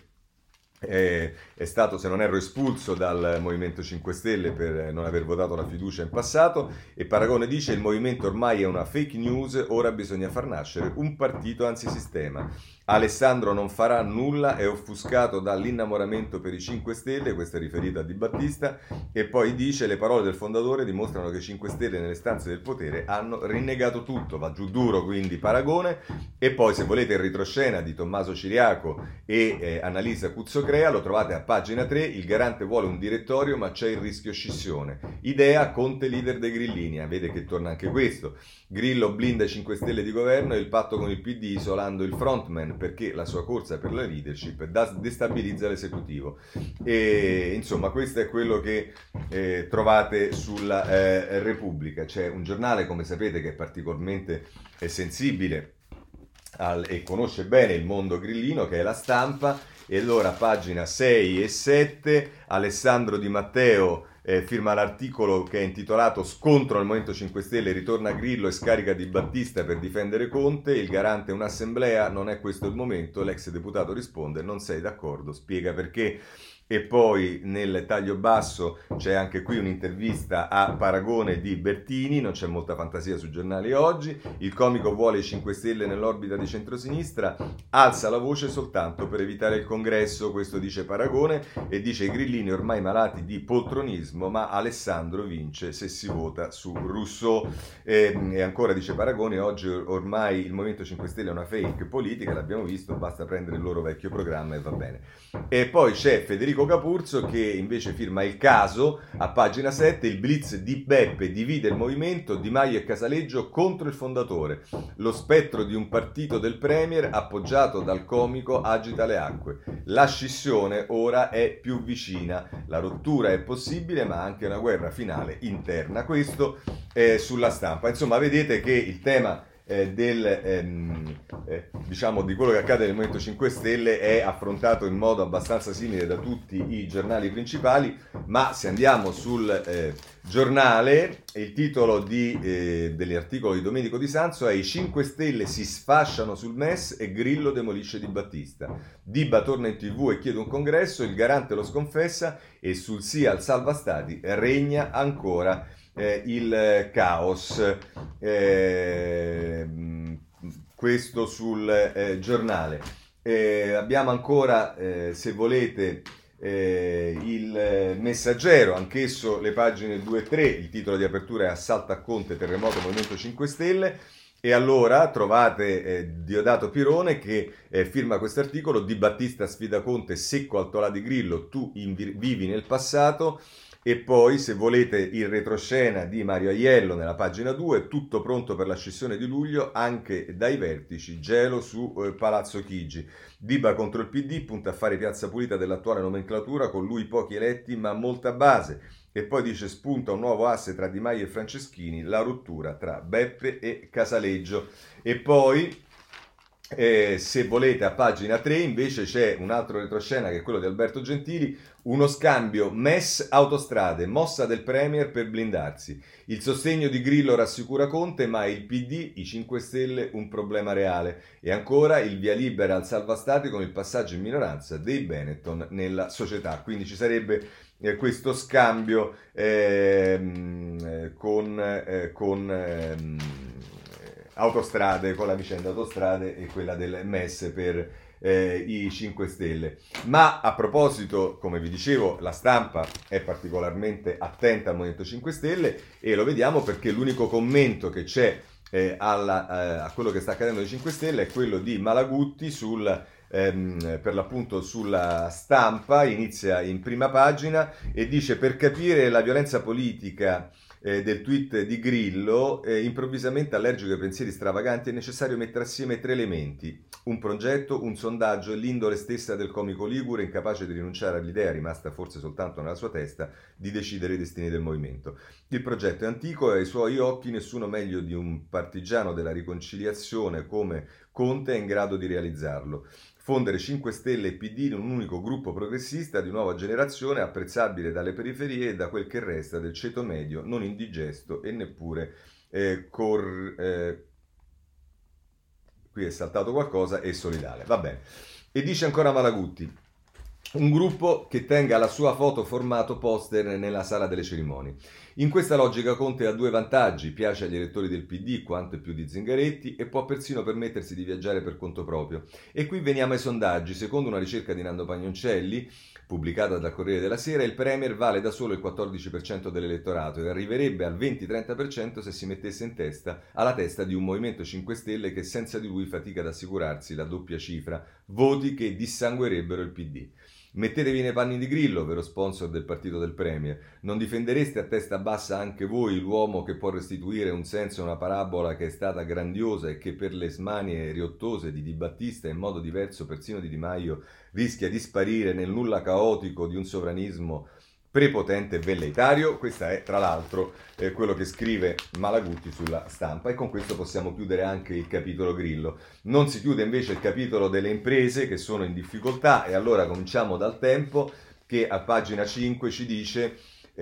Eh, è stato, se non erro, espulso dal Movimento cinque Stelle per non aver votato la fiducia in passato, e Paragone dice: il movimento ormai è una fake news, ora bisogna far nascere un partito antisistema. Alessandro non farà nulla, è offuscato dall'innamoramento per i cinque Stelle, questo è riferito a Di Battista, e poi dice: le parole del fondatore dimostrano che i cinque Stelle nelle stanze del potere hanno rinnegato tutto. Va giù duro quindi Paragone. E poi, se volete, il retroscena di Tommaso Ciriaco e eh, Annalisa Cuzzocrea lo trovate a pagina tre. Il garante vuole un direttorio ma c'è il rischio scissione, idea Conte leader dei grillini. Ah, vede che torna anche questo. Grillo blinda i cinque Stelle di governo e il patto con il P D isolando il frontman, perché la sua corsa per la leadership destabilizza l'esecutivo. E insomma, questo è quello che eh, trovate sulla eh, Repubblica. C'è un giornale, come sapete, che è particolarmente eh, sensibile al, e conosce bene il mondo grillino, che è La Stampa. E allora, pagina sei e sette, Alessandro Di Matteo Eh, firma l'articolo che è intitolato Scontro al Movimento cinque Stelle, ritorna Grillo e scarica Di Battista per difendere Conte, il garante è un'assemblea, non è questo il momento. L'ex deputato risponde: non sei d'accordo, spiega perché. E poi nel taglio basso c'è anche qui un'intervista a Paragone di Bertini. Non c'è molta fantasia sui giornali oggi. Il comico vuole i cinque Stelle nell'orbita di centrosinistra, alza la voce soltanto per evitare il congresso, questo dice Paragone, e dice: i grillini ormai malati di poltronismo, ma Alessandro vince se si vota su Rousseau. E, e ancora dice Paragone: oggi ormai il Movimento cinque Stelle è una fake politica, l'abbiamo visto, basta prendere il loro vecchio programma e va bene. E poi c'è Federico Capurzo che invece firma Il Caso a pagina sette: il blitz di Beppe divide il movimento, Di Maio e Casaleggio contro il fondatore, lo spettro di un partito del premier appoggiato dal comico agita le acque, la scissione ora è più vicina, la rottura è possibile ma anche una guerra finale interna. Questo è sulla Stampa. Insomma, vedete che il tema eh, del, ehm, eh, diciamo, di quello che accade nel Movimento cinque Stelle è affrontato in modo abbastanza simile da tutti i giornali principali, ma se andiamo sul eh, giornale, il titolo di, eh, dell'articolo di Domenico Di Sanzo è "I cinque Stelle si sfasciano sul M E S e Grillo demolisce Di Battista. Diba torna in tv e chiede un congresso, il garante lo sconfessa e sul sì al salva stati regna ancora eh, il caos". Eh, questo sul eh, giornale. Eh, abbiamo ancora, eh, se volete, eh, il Messaggero, anch'esso le pagine due e tre, il titolo di apertura è "Assalto a Conte, terremoto Movimento cinque Stelle". E allora trovate eh, Diodato Pirone che eh, firma questo articolo: "Di Battista sfida Conte, secco al Tolà di Grillo, tu invi- vivi nel passato". E poi, se volete, il retroscena di Mario Aiello nella pagina due, "Tutto pronto per la scissione di luglio, anche dai vertici, gelo su eh, Palazzo Chigi. Diba contro il P D, punta a fare piazza pulita dell'attuale nomenclatura, con lui pochi eletti ma molta base". E poi dice: "Spunta un nuovo asse tra Di Maio e Franceschini, la rottura tra Beppe e Casaleggio". E poi, eh, se volete, a pagina tre invece c'è un altro retroscena che è quello di Alberto Gentili: "Uno scambio M E S autostrade, mossa del Premier per blindarsi. Il sostegno di Grillo rassicura Conte, ma il P D, i cinque Stelle, un problema reale". E ancora il via libera al salva stati con il passaggio in minoranza dei Benetton nella società. Quindi ci sarebbe eh, questo scambio ehm, con, eh, con ehm, autostrade, con la vicenda autostrade e quella del M E S per eh, i cinque Stelle. Ma a proposito, come vi dicevo, la stampa è particolarmente attenta al Movimento cinque Stelle e lo vediamo perché l'unico commento che c'è eh, alla, eh, a quello che sta accadendo ai cinque Stelle è quello di Malagutti sul, ehm, per l'appunto sulla Stampa, inizia in prima pagina e dice: "Per capire la violenza politica eh, del tweet di Grillo, eh, improvvisamente allergico ai pensieri stravaganti, è necessario mettere assieme tre elementi: un progetto, un sondaggio e l'indole stessa del comico ligure, incapace di rinunciare all'idea, rimasta forse soltanto nella sua testa, di decidere i destini del movimento. Il progetto è antico e ai suoi occhi nessuno meglio di un partigiano della riconciliazione come Conte è in grado di realizzarlo. Fondere cinque Stelle e P D in un unico gruppo progressista di nuova generazione, apprezzabile dalle periferie e da quel che resta del ceto medio, non indigesto e neppure eh, cor... Eh, qui è saltato qualcosa, e solidale". Va bene. E dice ancora Malagutti: "Un gruppo che tenga la sua foto formato poster nella sala delle cerimonie. In questa logica Conte ha due vantaggi: piace agli elettori del P D quanto e più di Zingaretti e può persino permettersi di viaggiare per conto proprio. E qui veniamo ai sondaggi. Secondo una ricerca di Nando Pagnoncelli, pubblicata dal Corriere della Sera, il Premier vale da solo il quattordici per cento dell'elettorato e arriverebbe al venti-trenta per cento se si mettesse in testa alla testa di un Movimento cinque Stelle che senza di lui fatica ad assicurarsi la doppia cifra, voti che dissanguerebbero il P D. Mettetevi nei panni di Grillo, vero sponsor del partito del Premier. Non difendereste a testa bassa anche voi l'uomo che può restituire un senso a una parabola che è stata grandiosa e che per le smanie riottose di Di Battista e in modo diverso persino di Di Maio rischia di sparire nel nulla caotico di un sovranismo prepotente e velleitario"? Questo è tra l'altro eh, quello che scrive Malagutti sulla Stampa, e con questo possiamo chiudere anche il capitolo Grillo. Non si chiude invece il capitolo delle imprese che sono in difficoltà, e allora cominciamo dal Tempo che a pagina cinque ci dice: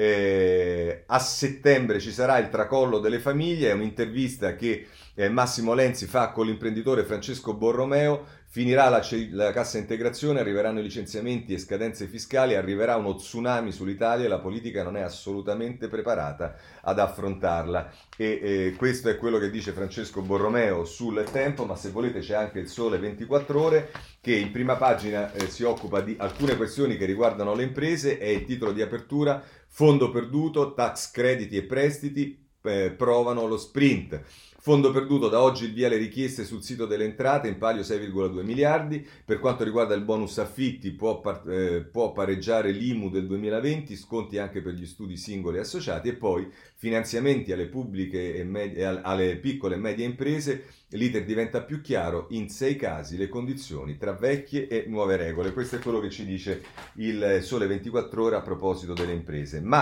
eh, "A settembre ci sarà il tracollo delle famiglie". È un'intervista che eh, Massimo Lenzi fa con l'imprenditore Francesco Borromeo. "Finirà la, la cassa integrazione, arriveranno i licenziamenti e scadenze fiscali, arriverà uno tsunami sull'Italia e la politica non è assolutamente preparata ad affrontarla". E eh, questo è quello che dice Francesco Borromeo sul Tempo, ma se volete c'è anche il Sole ventiquattro Ore che in prima pagina eh, si occupa di alcune questioni che riguardano le imprese. È il titolo di apertura: "Fondo perduto, tax crediti e prestiti eh, provano lo sprint". Fondo perduto, da oggi il via alle richieste sul sito delle entrate, in palio sei virgola due miliardi. Per quanto riguarda il bonus affitti, può, par- eh, può pareggiare l'I M U del duemilaventi, sconti anche per gli studi singoli e associati, e poi finanziamenti alle, pubbliche e med- alle piccole e medie imprese. L'iter diventa più chiaro, in sei casi le condizioni tra vecchie e nuove regole. Questo è quello che ci dice il Sole ventiquattro Ore a proposito delle imprese. Ma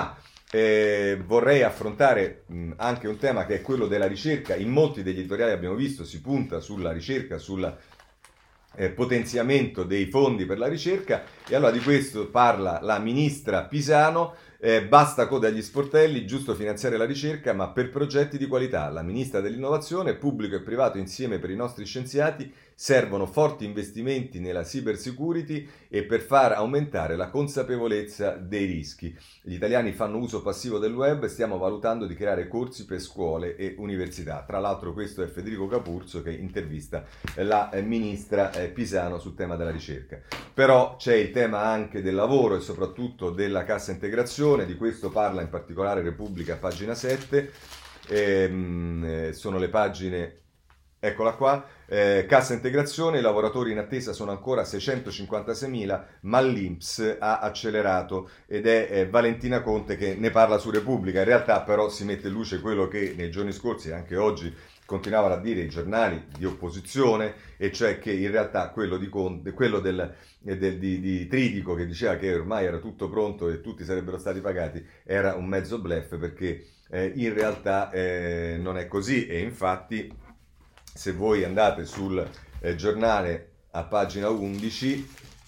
Eh, vorrei affrontare mh, anche un tema che è quello della ricerca. In molti degli editoriali abbiamo visto si punta sulla ricerca, sul eh, potenziamento dei fondi per la ricerca, e allora di questo parla la ministra Pisano. Eh, basta coda agli sportelli, giusto finanziare la ricerca, ma per progetti di qualità. La ministra dell'innovazione, pubblico e privato insieme per i nostri scienziati, servono forti investimenti nella cybersecurity e per far aumentare la consapevolezza dei rischi. Gli italiani fanno uso passivo del web, stiamo valutando di creare corsi per scuole e università. Tra l'altro questo è Federico Capurzo che intervista la eh, ministra eh, Pisano sul tema della ricerca. Però c'è il tema anche del lavoro e soprattutto della cassa integrazione, di questo parla in particolare Repubblica, pagina sette, ehm, eh, sono le pagine, eccola qua, eh, cassa integrazione, i lavoratori in attesa sono ancora seicentocinquantaseimila, ma l'I N P S ha accelerato, ed è eh, Valentina Conte che ne parla su Repubblica. In realtà però si mette in luce quello che nei giorni scorsi e anche oggi continuavano a dire i giornali di opposizione, e cioè che in realtà quello, di Conte, quello del, del, di, di Tridico, che diceva che ormai era tutto pronto e tutti sarebbero stati pagati, era un mezzo bluff, perché eh, in realtà eh, non è così. E infatti se voi andate sul eh, giornale a pagina undici,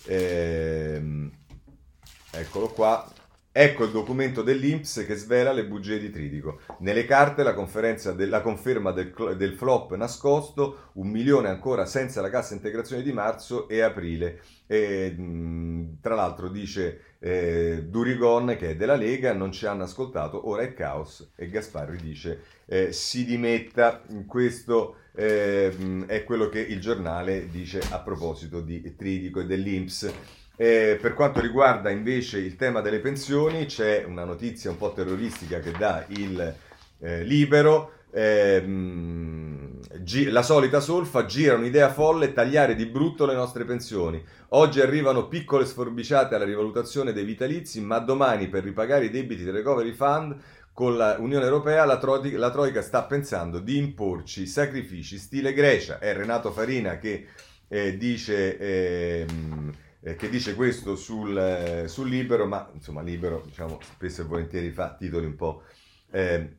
ehm, eccolo qua, ecco il documento dell'I N P S che svela le bugie di Tridico. Nelle carte la, conferenza de- la conferma del, del flop nascosto, un milione ancora senza la cassa integrazione di marzo e aprile. E, mh, tra l'altro dice eh, Durigon, che è della Lega, non ci hanno ascoltato, ora è caos, e Gasparri dice eh, si dimetta. Questo eh, è quello che il giornale dice a proposito di Tridico e dell'I N P S. Eh, per quanto riguarda invece il tema delle pensioni, c'è una notizia un po' terroristica che dà il eh, Libero. Eh, mh, gi- la solita solfa, gira un'idea folle: tagliare di brutto le nostre pensioni. Oggi arrivano piccole sforbiciate alla rivalutazione dei vitalizi, ma domani, per ripagare i debiti del Recovery Fund con l'Unione Europea, la, tro- la Troica sta pensando di imporci sacrifici stile Grecia. È Renato Farina che eh, dice... Eh, Eh, che dice questo sul, eh, sul Libero, ma insomma Libero, diciamo, spesso e volentieri fa titoli un po' eh,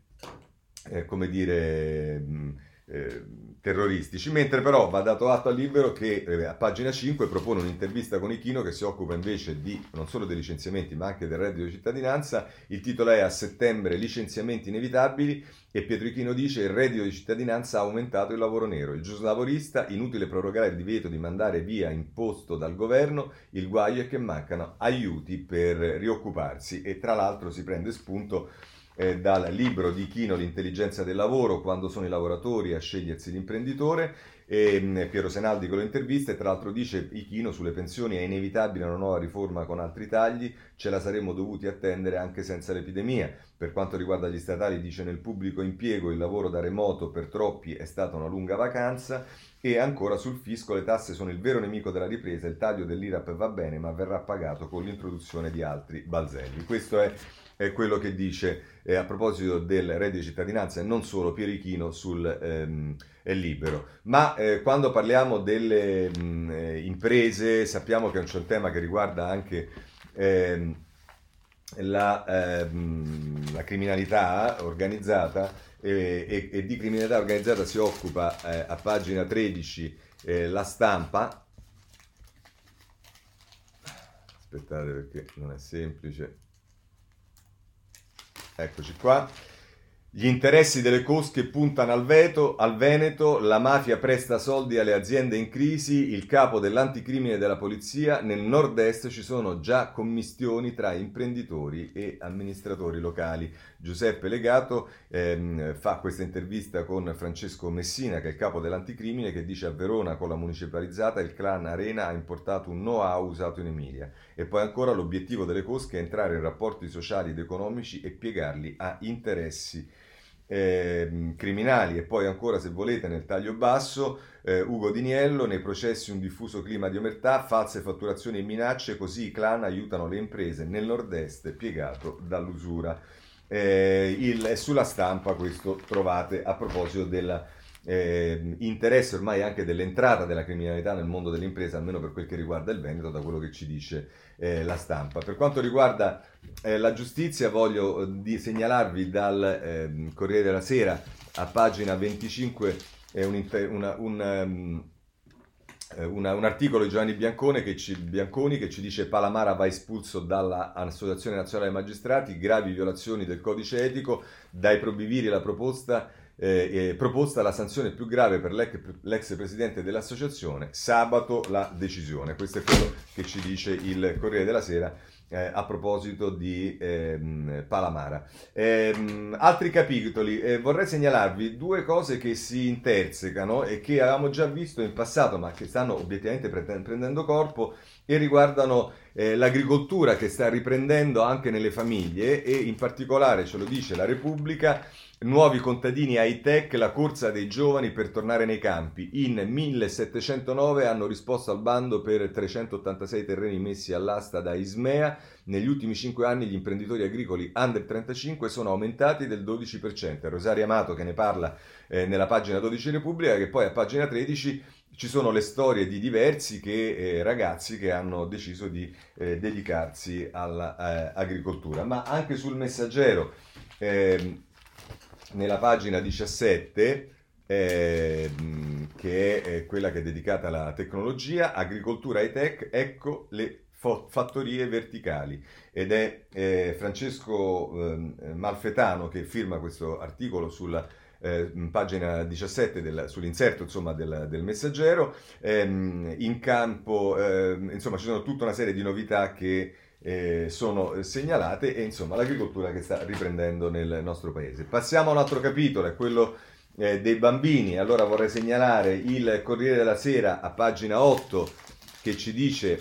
eh, come dire mh, eh, terroristici, mentre però va dato atto al Libero che eh, a pagina cinque propone un'intervista con Ichino, che si occupa invece di non solo dei licenziamenti ma anche del reddito di cittadinanza. Il titolo è: a settembre licenziamenti inevitabili, e Pietro Ichino dice: il reddito di cittadinanza ha aumentato il lavoro nero. Il giuslavorista: inutile prorogare il divieto di mandare via imposto dal governo, il guaio è che mancano aiuti per rioccuparsi. E tra l'altro si prende spunto eh, dal libro di Ichino, L'intelligenza del lavoro, quando sono i lavoratori a scegliersi l'imprenditore. E, mh, Piero Senaldi con le interviste. Tra l'altro dice Ichino: sulle pensioni è inevitabile una nuova riforma con altri tagli, ce la saremmo dovuti attendere anche senza l'epidemia. Per quanto riguarda gli statali, dice: nel pubblico impiego il lavoro da remoto per troppi è stata una lunga vacanza. E ancora sul fisco: le tasse sono il vero nemico della ripresa, il taglio dell'I R A P va bene ma verrà pagato con l'introduzione di altri balzelli. Questo è, è quello che dice eh, a proposito del reddito di cittadinanza, e non solo, Piero Ichino sul ehm, Libero. Ma eh, quando parliamo delle mh, eh, imprese, sappiamo che c'è un tema che riguarda anche ehm, la, ehm, la criminalità organizzata, eh, e, e di criminalità organizzata si occupa eh, a pagina tredici eh, La Stampa. Aspettate perché non è semplice. Eccoci qua. Gli interessi delle cosche puntano al, veto, al Veneto, la mafia presta soldi alle aziende in crisi, il capo dell'anticrimine della polizia: nel nord-est ci sono già commistioni tra imprenditori e amministratori locali. Giuseppe Legato ehm, fa questa intervista con Francesco Messina, che è il capo dell'anticrimine, che dice: a Verona con la municipalizzata il clan Arena ha importato un know-how usato in Emilia. E poi ancora: l'obiettivo delle cosche è entrare in rapporti sociali ed economici e piegarli a interessi Eh, criminali. E poi ancora, se volete, nel taglio basso, eh, Ugo Diniello: nei processi un diffuso clima di omertà, false fatturazioni e minacce, così i clan aiutano le imprese nel nord-est piegato dall'usura. Eh, il, è sulla Stampa questo, trovate a proposito della eh, interesse ormai anche dell'entrata della criminalità nel mondo dell'impresa, almeno per quel che riguarda il Veneto, da quello che ci dice eh, la stampa. Per quanto riguarda eh, la giustizia, voglio eh, di segnalarvi dal eh, Corriere della Sera a pagina venticinque eh, un, una, un, um, una, un articolo di Giovanni Biancone che ci, Bianconi che ci dice: Palamara va espulso dall'Associazione Nazionale dei Magistrati, gravi violazioni del codice etico, dai probiviri la proposta Eh, eh, proposta la sanzione più grave per l'ex, l'ex presidente dell'associazione, sabato la decisione. Questo è quello che ci dice il Corriere della Sera eh, a proposito di ehm, Palamara. Ehm, altri capitoli, eh, vorrei segnalarvi due cose che si intersecano e che avevamo già visto in passato ma che stanno obiettivamente prendendo corpo e riguardano eh, l'agricoltura che sta riprendendo anche nelle famiglie e in particolare, ce lo dice la Repubblica, nuovi contadini high-tech, la corsa dei giovani per tornare nei campi. In millesettecentonove hanno risposto al bando per trecentottantasei terreni messi all'asta da Ismea. Negli ultimi cinque anni gli imprenditori agricoli under trentacinque sono aumentati del dodici per cento. È Rosario Amato che ne parla eh, nella pagina dodici Repubblica, che poi a pagina tredici ci sono le storie di diversi che, eh, ragazzi che hanno deciso di eh, dedicarsi all'agricoltura. Ma anche sul Messaggero, eh, nella pagina diciassette, eh, che è quella che è dedicata alla tecnologia, agricoltura high tech, ecco le fo- fattorie verticali. Ed è eh, Francesco eh, Malfetano che firma questo articolo sulla eh, pagina diciassette, del, sull'inserto insomma, del, del Messaggero. Ehm, in campo, eh, insomma, ci sono tutta una serie di novità che Eh, sono segnalate e insomma l'agricoltura che sta riprendendo nel nostro paese. Passiamo a un altro capitolo, è quello eh, dei bambini. Allora vorrei segnalare il Corriere della Sera a pagina otto che ci dice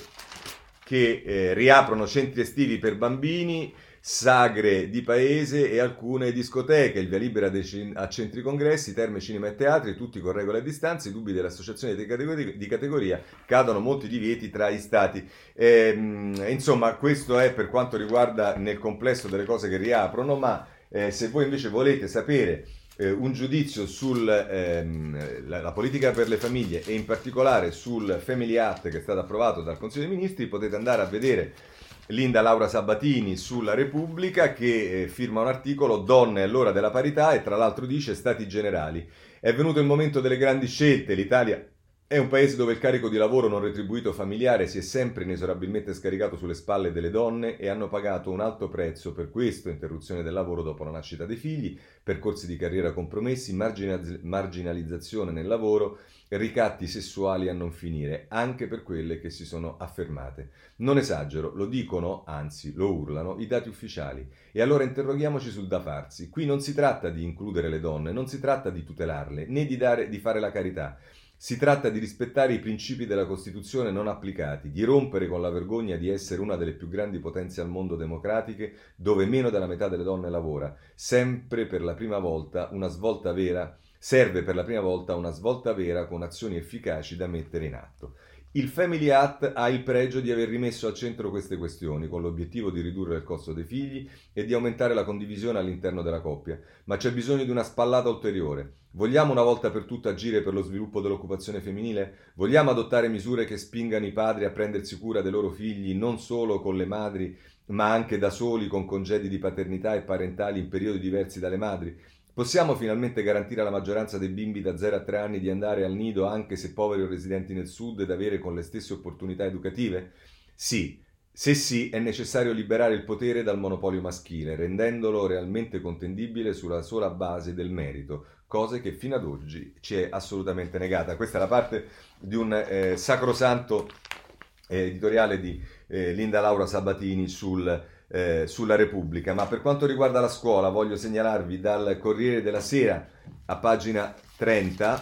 che eh, riaprono centri estivi per bambini, sagre di paese e alcune discoteche, il via libera dei, a centri congressi, terme, cinema e teatri, tutti con regole a distanza, i dubbi dell'associazione di categoria, di categoria, cadono molti divieti tra i stati. E, insomma, questo è per quanto riguarda nel complesso delle cose che riaprono, ma eh, se voi invece volete sapere eh, un giudizio sulla ehm, politica per le famiglie e in particolare sul Family Act che è stato approvato dal Consiglio dei Ministri, potete andare a vedere Linda Laura Sabatini sulla Repubblica che eh, firma un articolo Donne all'ora della parità e tra l'altro dice Stati generali. È venuto il momento delle grandi scelte, l'Italia è un paese dove il carico di lavoro non retribuito familiare si è sempre inesorabilmente scaricato sulle spalle delle donne e hanno pagato un alto prezzo per questo, interruzione del lavoro dopo la nascita dei figli, percorsi di carriera compromessi, marginaz- marginalizzazione nel lavoro, ricatti sessuali a non finire, anche per quelle che si sono affermate. Non esagero, lo dicono, anzi lo urlano, i dati ufficiali. E allora interroghiamoci sul da farsi. Qui non si tratta di includere le donne, non si tratta di tutelarle, né di, dare, di fare la carità. Si tratta di rispettare i principi della Costituzione non applicati, di rompere con la vergogna di essere una delle più grandi potenze al mondo democratiche, dove meno della metà delle donne lavora. Sempre per la prima volta una svolta vera, serve per la prima volta una svolta vera con azioni efficaci da mettere in atto. Il Family Act ha il pregio di aver rimesso al centro queste questioni, con l'obiettivo di ridurre il costo dei figli e di aumentare la condivisione all'interno della coppia, ma c'è bisogno di una spallata ulteriore. Vogliamo una volta per tutte agire per lo sviluppo dell'occupazione femminile? Vogliamo adottare misure che spingano i padri a prendersi cura dei loro figli non solo con le madri, ma anche da soli con congedi di paternità e parentali in periodi diversi dalle madri? Possiamo finalmente garantire alla maggioranza dei bimbi da zero a tre anni di andare al nido anche se poveri o residenti nel sud ed avere con le stesse opportunità educative? Sì. Se sì, è necessario liberare il potere dal monopolio maschile, rendendolo realmente contendibile sulla sola base del merito, cose che fino ad oggi ci è assolutamente negata. Questa è la parte di un eh, sacrosanto eh, editoriale di eh, Linda Laura Sabatini sul Eh, sulla Repubblica. Ma per quanto riguarda la scuola voglio segnalarvi dal Corriere della Sera a pagina trenta: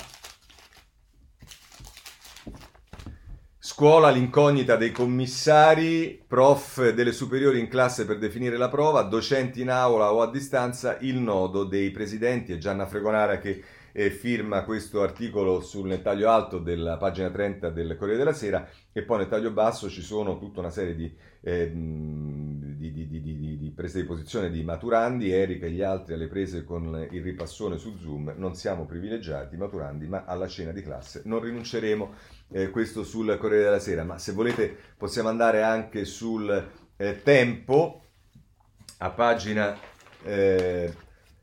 scuola, l'incognita dei commissari, prof delle superiori in classe per definire la prova, docenti in aula o a distanza, il nodo dei presidenti. È Gianna Fregonara che eh, firma questo articolo sul nel taglio alto della pagina trenta del Corriere della Sera, e poi nel taglio basso ci sono tutta una serie di, eh, di, di, di, di, di prese di posizione di maturandi, Erika e gli altri alle prese con il ripassone su Zoom, non siamo privilegiati maturandi, ma alla cena di classe non rinunceremo. Eh, questo sul Corriere della Sera, ma se volete possiamo andare anche sul eh, Tempo, a pagina eh,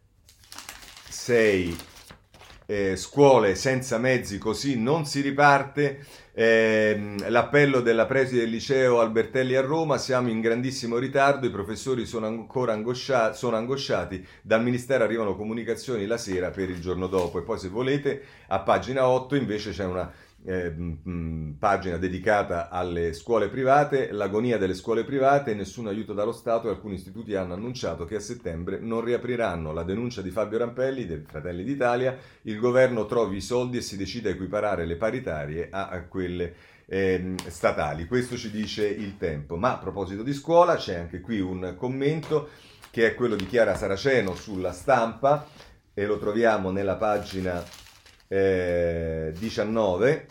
sei, eh, scuole senza mezzi, così non si riparte. Eh, l'appello della preside del liceo Albertelli a Roma: siamo in grandissimo ritardo, i professori sono ancora angosciati, sono angosciati, dal ministero arrivano comunicazioni la sera per il giorno dopo. E poi, se volete, a pagina otto invece c'è una eh, mh, pagina dedicata alle scuole private, l'agonia delle scuole private, nessun aiuto dallo Stato, e alcuni istituti hanno annunciato che a settembre non riapriranno. La denuncia di Fabio Rampelli del Fratelli d'Italia: il governo trovi i soldi e si decide a equiparare le paritarie a, a quelle eh, statali. Questo ci dice il Tempo. Ma a proposito di scuola c'è anche qui un commento che è quello di Chiara Saraceno sulla Stampa, e lo troviamo nella pagina eh, diciannove,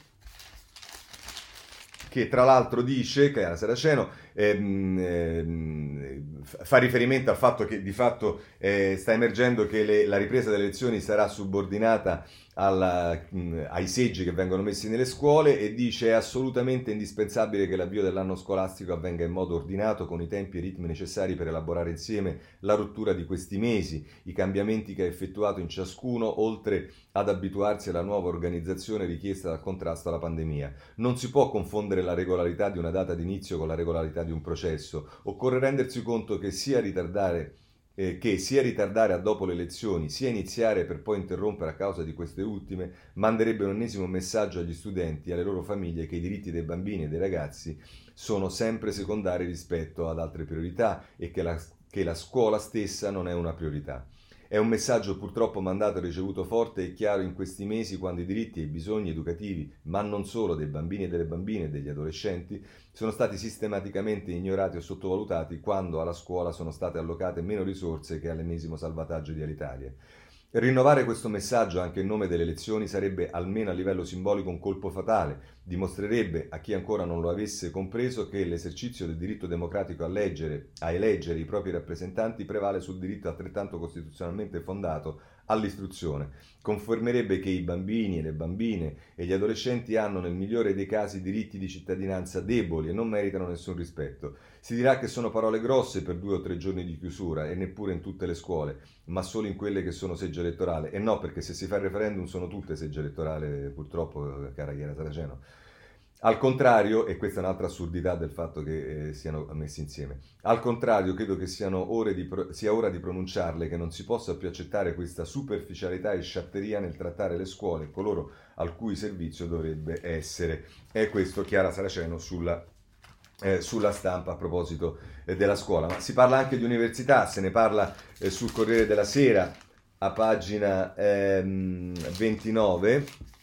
che tra l'altro dice, Chiara Saraceno, ehm, ehm, fa riferimento al fatto che di fatto eh, sta emergendo che le, la ripresa delle lezioni sarà subordinata alla, mh, ai seggi che vengono messi nelle scuole, e dice: è assolutamente indispensabile che l'avvio dell'anno scolastico avvenga in modo ordinato, con i tempi e i ritmi necessari per elaborare insieme la rottura di questi mesi, i cambiamenti che ha effettuato in ciascuno, oltre ad abituarsi alla nuova organizzazione richiesta dal contrasto alla pandemia. Non si può confondere la regolarità di una data d'inizio con la regolarità di un processo. Occorre rendersi conto che sia ritardare eh, che sia ritardare a dopo le elezioni, sia iniziare per poi interrompere a causa di queste ultime, manderebbe un ennesimo messaggio agli studenti e alle loro famiglie che i diritti dei bambini e dei ragazzi sono sempre secondari rispetto ad altre priorità, e che la, che la scuola stessa non è una priorità. È un messaggio purtroppo mandato e ricevuto forte e chiaro in questi mesi, quando i diritti e i bisogni educativi, ma non solo, dei bambini e delle bambine e degli adolescenti sono stati sistematicamente ignorati o sottovalutati, quando alla scuola sono state allocate meno risorse che all'ennesimo salvataggio di Alitalia. Rinnovare questo messaggio anche in nome delle elezioni sarebbe, almeno a livello simbolico, un colpo fatale. Dimostrerebbe a chi ancora non lo avesse compreso che l'esercizio del diritto democratico a, leggere, a eleggere i propri rappresentanti prevale sul diritto altrettanto costituzionalmente fondato all'istruzione. Confermerebbe che i bambini e le bambine e gli adolescenti hanno nel migliore dei casi diritti di cittadinanza deboli e non meritano nessun rispetto. Si dirà che sono parole grosse per due o tre giorni di chiusura, e neppure in tutte le scuole, ma solo in quelle che sono seggio elettorale. E no, perché se si fa il referendum sono tutte seggio elettorale, purtroppo, cara Chiara Saraceno. Al contrario, e questa è un'altra assurdità del fatto che eh, siano messi insieme, al contrario credo che siano ore di pro- sia ora di pronunciarle, che non si possa più accettare questa superficialità e sciatteria nel trattare le scuole e coloro al cui servizio dovrebbe essere. È questo Chiara Saraceno sulla, eh, sulla Stampa a proposito eh, della scuola. Ma si parla anche di università, se ne parla eh, sul Corriere della Sera a pagina ehm, ventinove.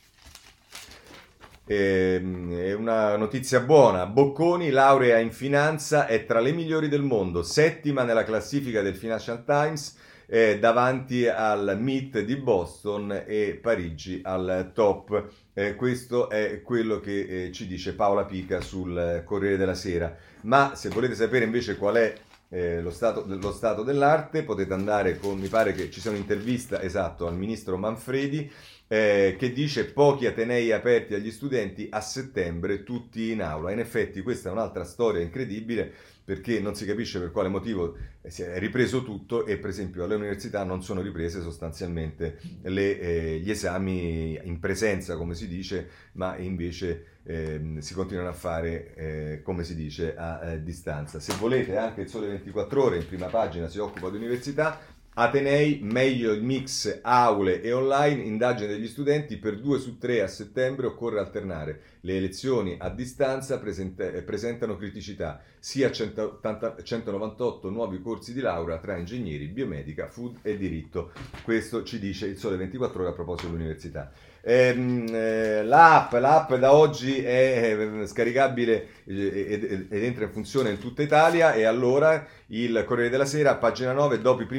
È una notizia buona: Bocconi, laurea in finanza, è tra le migliori del mondo, settima nella classifica del Financial Times, eh, davanti al M I T di Boston e Parigi al top. Eh, questo è quello che eh, ci dice Paola Pica sul Corriere della Sera. Ma se volete sapere invece qual è eh, lo, stato, lo stato dell'arte, potete andare con, mi pare che ci sia un'intervista, esatto, al ministro Manfredi, Eh, che dice: pochi atenei aperti agli studenti, a settembre tutti in aula. In effetti questa è un'altra storia incredibile, perché non si capisce per quale motivo si è ripreso tutto, e per esempio alle università non sono riprese sostanzialmente le, eh, gli esami in presenza, come si dice, ma invece eh, si continuano a fare, eh, come si dice, a, a distanza. Se volete, anche il Sole ventiquattro Ore in prima pagina si occupa di università. Atenei, meglio il mix aule e online, indagine degli studenti: per due su tre a settembre occorre alternare. Le elezioni a distanza presente, presentano criticità, sia centonovantotto nuovi corsi di laurea tra ingegneri, biomedica, food e diritto. Questo ci dice il Sole ventiquattro Ore a proposito dell'università. Ehm, eh, l'app, l'app da oggi è eh, scaricabile ed, ed entra in funzione in tutta Italia. E allora il Corriere della Sera, pagina nove: dopo i primi casi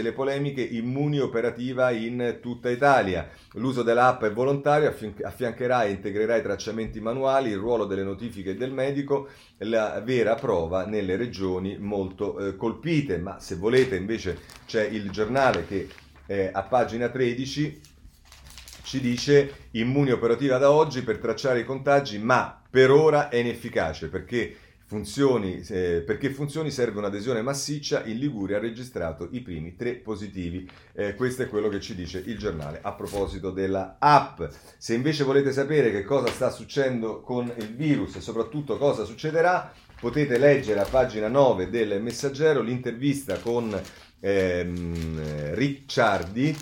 casi le polemiche, Immuni operativa in tutta Italia. L'uso dell'app è volontario, affi- affiancherà e integrerà i tracciamenti manuali, il ruolo delle notifiche del medico, la vera prova nelle regioni molto eh, colpite. Ma se volete invece c'è il giornale che eh, a pagina tredici ci dice Immuni operativa da oggi per tracciare i contagi, ma per ora è inefficace perché funzioni, eh, perché funzioni serve un'adesione massiccia. In Liguria ha registrato i primi tre positivi. Eh, questo è quello che ci dice il giornale a proposito della app. Se invece volete sapere che cosa sta succedendo con il virus e soprattutto cosa succederà, potete leggere a pagina nove del Messaggero l'intervista con ehm, Ricciardi,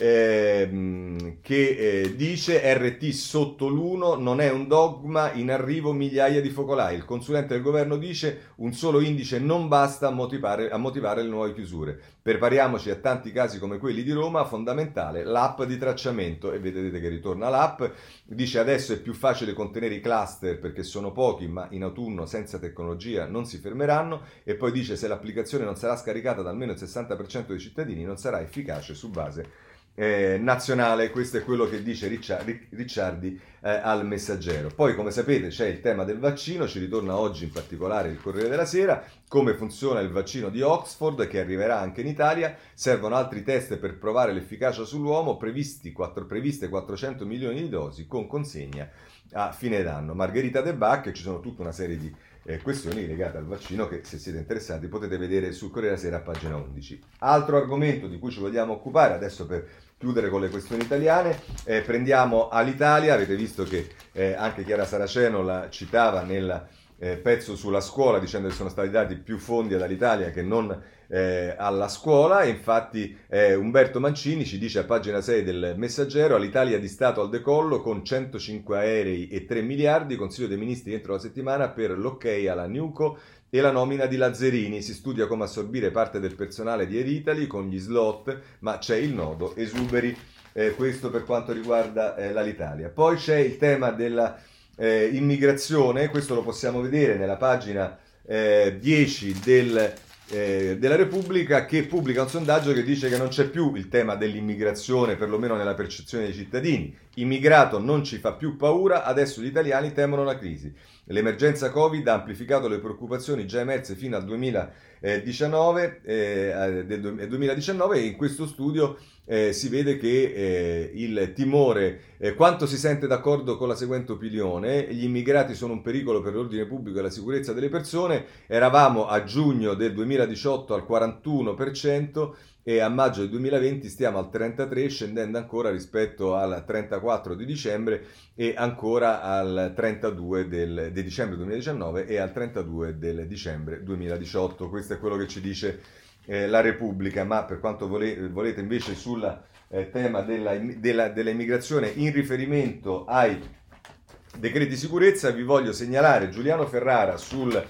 Ehm, che eh, dice R T sotto l'uno non è un dogma, in arrivo migliaia di focolai. Il consulente del governo dice un solo indice non basta a motivare, a motivare le nuove chiusure. Prepariamoci a tanti casi come quelli di Roma, fondamentale l'app di tracciamento. E vedete che ritorna l'app, dice adesso è più facile contenere i cluster perché sono pochi, ma in autunno senza tecnologia non si fermeranno. E poi dice se l'applicazione non sarà scaricata da almeno il sessanta per cento dei cittadini non sarà efficace su base Eh, nazionale. Questo è quello che dice Ricciardi, Ricciardi eh, al Messaggero. Poi, come sapete, c'è il tema del vaccino, ci ritorna oggi in particolare il Corriere della Sera, come funziona il vaccino di Oxford che arriverà anche in Italia, servono altri test per provare l'efficacia sull'uomo, previsti quattro, previste quattrocento milioni di dosi con consegna a fine d'anno. Margherita De Bacche, ci sono tutta una serie di Eh, questioni legate al vaccino che, se siete interessati, potete vedere sul Corriere della Sera a pagina undici. Altro argomento di cui ci vogliamo occupare adesso per chiudere con le questioni italiane, eh, prendiamo Alitalia. Avete visto che eh, anche Chiara Saraceno la citava nel eh, pezzo sulla scuola, dicendo che sono stati dati più fondi ad Alitalia che non eh, alla scuola. E infatti eh, Umberto Mancini ci dice a pagina sei del Messaggero: all'Italia di Stato al decollo con centocinque aerei e tre miliardi, Consiglio dei Ministri entro la settimana per l'ok alla Newco e la nomina di Lazzerini, si studia come assorbire parte del personale di Air Italy con gli slot, ma c'è il nodo esuberi. Eh, questo per quanto riguarda eh, l'Alitalia. Poi c'è il tema della eh, immigrazione, questo lo possiamo vedere nella pagina eh, dieci del Eh, della Repubblica, che pubblica un sondaggio che dice che non c'è più il tema dell'immigrazione, perlomeno nella percezione dei cittadini. Immigrato non ci fa più paura, adesso gli italiani temono la crisi. L'emergenza Covid ha amplificato le preoccupazioni già emerse fino al duemiladiciannove, eh, del duemiladiciannove, e in questo studio eh, si vede che eh, il timore, eh, quanto si sente d'accordo con la seguente opinione: gli immigrati sono un pericolo per l'ordine pubblico e la sicurezza delle persone. Eravamo a giugno del duemiladiciotto al quarantuno per cento e a maggio del duemilaventi stiamo al trentatré per cento, scendendo ancora rispetto al trentaquattro di dicembre e ancora al trentadue del, di dicembre duemiladiciannove e al trentadue del dicembre duemiladiciotto. Questo è quello che ci dice eh, la Repubblica. Ma per quanto vole, volete invece sul eh, tema della, della, dell'immigrazione in riferimento ai decreti sicurezza, vi voglio segnalare Giuliano Ferrara sul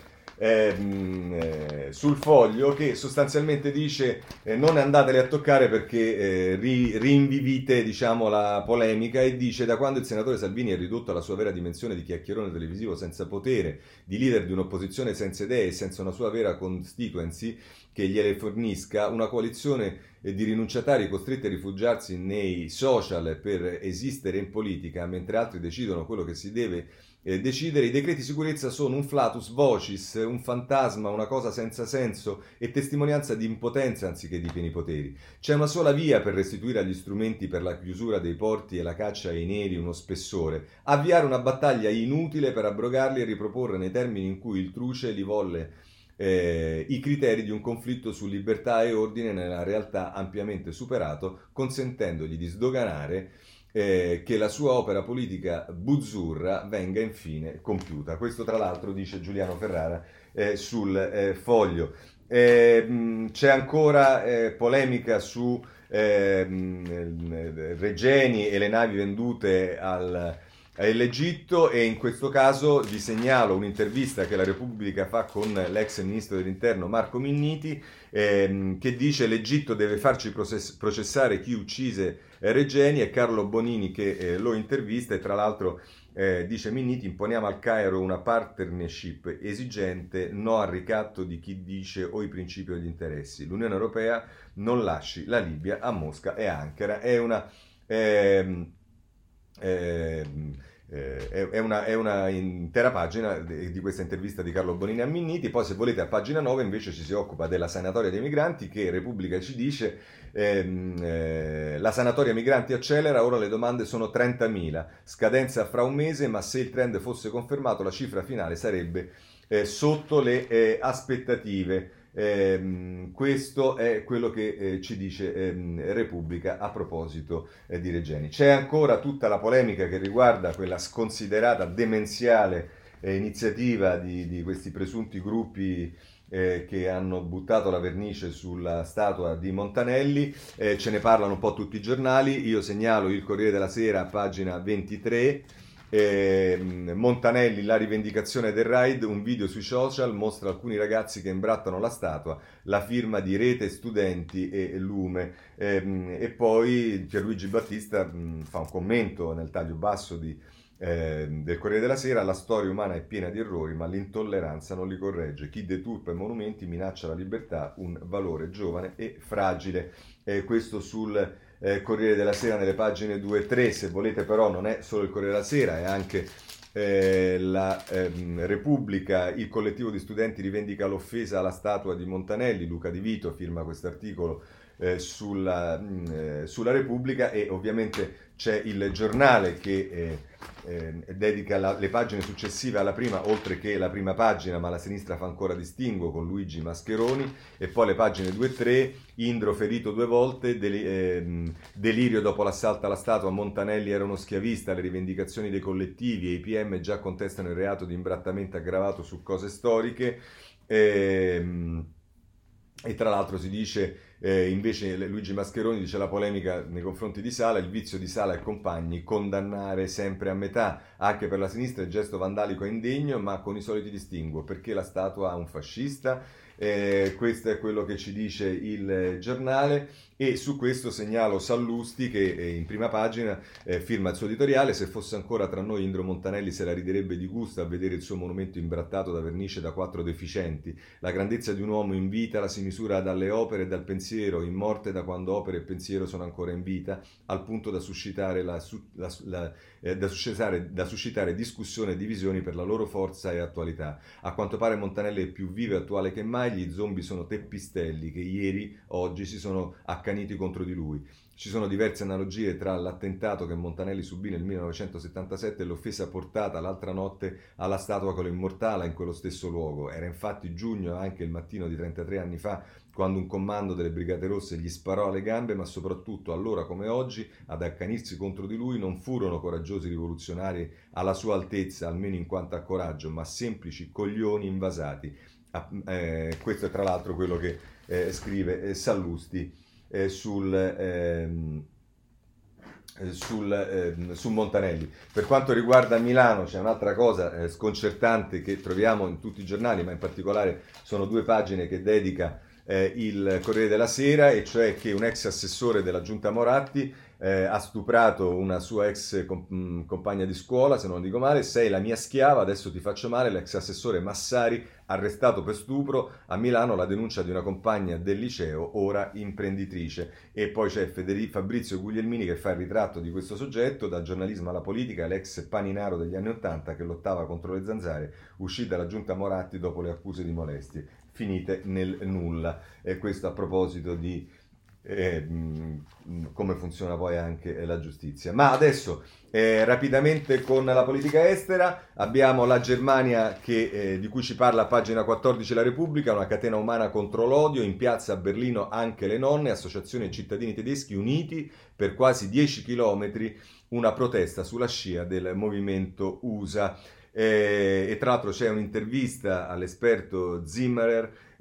Ehm, eh, sul Foglio, che sostanzialmente dice eh, non andateli a toccare perché eh, ri, rinvivite, diciamo, la polemica, e dice: da quando il senatore Salvini è ridotto alla sua vera dimensione di chiacchierone televisivo senza potere, di leader di un'opposizione senza idee e senza una sua vera constituency che gliele fornisca, una coalizione eh, di rinunciatari costretti a rifugiarsi nei social per esistere in politica, mentre altri decidono quello che si deve Eh, decidere, i decreti sicurezza sono un flatus vocis, un fantasma, una cosa senza senso e testimonianza di impotenza anziché di pieni poteri. C'è una sola via per restituire agli strumenti per la chiusura dei porti e la caccia ai neri uno spessore: avviare una battaglia inutile per abrogarli e riproporre nei termini in cui il Truce li volle eh, i criteri di un conflitto su libertà e ordine, nella realtà ampiamente superato, consentendogli di sdoganare Eh, che la sua opera politica buzzurra venga infine compiuta. Questo tra l'altro dice Giuliano Ferrara eh, sul eh, Foglio. Eh, mh, c'è ancora eh, polemica su eh, mh, Regeni e le navi vendute al, è l'Egitto, e in questo caso vi segnalo un'intervista che la Repubblica fa con l'ex ministro dell'Interno Marco Minniti, ehm, che dice: l'Egitto deve farci process- processare chi uccise eh, Regeni. È Carlo Bonini che eh, lo intervista, e tra l'altro eh, dice Minniti: imponiamo al Cairo una partnership esigente, no al ricatto di chi dice o i principi o gli interessi. L'Unione Europea non lasci la Libia a Mosca e Ankara. È una... ehm, ehm, eh, è, una, è una intera pagina di questa intervista di Carlo Bonini a Minniti. Poi, se volete, a pagina nove invece ci si occupa della sanatoria dei migranti, che Repubblica ci dice: ehm, eh, la sanatoria migranti accelera, ora le domande sono trentamila, scadenza fra un mese, ma se il trend fosse confermato la cifra finale sarebbe eh, sotto le eh, aspettative. Eh, questo è quello che eh, ci dice eh, Repubblica a proposito eh, di Regeni. C'è ancora tutta la polemica che riguarda quella sconsiderata, demenziale eh, iniziativa di, di questi presunti gruppi eh, che hanno buttato la vernice sulla statua di Montanelli. Eh, ce ne parlano un po' tutti i giornali. Io segnalo il Corriere della Sera, pagina ventitré. Eh, Montanelli, la rivendicazione del raid, un video sui social mostra alcuni ragazzi che imbrattano la statua, la firma di Rete Studenti e Lume. Eh, e poi Pierluigi Battista mh, fa un commento nel taglio basso di, eh, del Corriere della Sera: la storia umana è piena di errori, ma l'intolleranza non li corregge. Chi deturpa i monumenti minaccia la libertà, un valore giovane e fragile. Eh, questo sul Eh, Corriere della Sera nelle pagine due e tre. Se volete, però, non è solo il Corriere della Sera, è anche eh, la ehm, Repubblica. Il collettivo di studenti rivendica l'offesa alla statua di Montanelli. Luca Di Vito firma questo articolo eh, sulla, mh, eh, sulla Repubblica. E ovviamente c'è il Giornale che eh, eh, dedica la, le pagine successive alla prima, oltre che la prima pagina, ma la sinistra fa ancora distinguo, con Luigi Mascheroni. E poi le pagine due e tre: Indro ferito due volte, deli- ehm, delirio dopo l'assalto alla statua, Montanelli era uno schiavista, le rivendicazioni dei collettivi e i P M già contestano il reato di imbrattamento aggravato su cose storiche. Ehm, E tra l'altro si dice, eh, invece Luigi Mascheroni dice: la polemica nei confronti di Sala, il vizio di Sala e compagni, condannare sempre a metà. Anche per la sinistra il gesto vandalico è indegno, ma con i soliti distinguo, perché la statua ha un fascista. Eh, questo è quello che ci dice il Giornale. E su questo segnalo Sallusti che eh, in prima pagina eh, firma il suo editoriale: se fosse ancora tra noi Indro Montanelli se la riderebbe di gusto a vedere il suo monumento imbrattato da vernice da quattro deficienti. La grandezza di un uomo in vita la si misura dalle opere e dal pensiero, in morte da quando opere e pensiero sono ancora in vita, al punto da suscitare, la, la, la, eh, da suscitare, da suscitare discussione e divisioni per la loro forza e attualità. A quanto pare Montanelli è più vivo e attuale che mai, gli zombie sono teppistelli che ieri, oggi si sono accaniti contro di lui. Ci sono diverse analogie tra l'attentato che Montanelli subì nel millenovecentosettantasette e l'offesa portata l'altra notte alla statua con l'immortale in quello stesso luogo. Era infatti giugno, anche il mattino di trentatré anni fa, quando un comando delle Brigate Rosse gli sparò alle gambe, ma soprattutto allora come oggi ad accanirsi contro di lui non furono coraggiosi rivoluzionari alla sua altezza, almeno in quanto a coraggio, ma semplici coglioni invasati. Eh, questo è tra l'altro quello che eh, scrive eh, Sallusti eh, sul, ehm, sul, eh, su Montanelli. Per quanto riguarda Milano c'è un'altra cosa eh, sconcertante che troviamo in tutti i giornali, ma in particolare sono due pagine che dedica eh, il Corriere della Sera, e cioè che un ex assessore della Giunta Moratti eh, ha stuprato una sua ex comp- compagna di scuola, se non dico male. Sei la mia schiava, adesso ti faccio male. L'ex assessore Massari arrestato per stupro. A Milano la denuncia di una compagna del liceo, ora imprenditrice. E poi c'è Federico Fabrizio Guglielmini che fa il ritratto di questo soggetto: dal giornalismo alla politica, l'ex paninaro degli anni Ottanta che lottava contro le zanzare, uscì dalla Giunta Moratti dopo le accuse di molestie, finite nel nulla. E questo a proposito di eh, mh, come funziona poi anche la giustizia. Ma adesso eh, rapidamente con la politica estera abbiamo la Germania che, eh, di cui ci parla a pagina quattordici la Repubblica: una catena umana contro l'odio, in piazza a Berlino anche le nonne, associazione cittadini tedeschi uniti per quasi dieci chilometri, una protesta sulla scia del movimento U S A. Eh, e tra l'altro c'è un'intervista all'esperto Zimmerer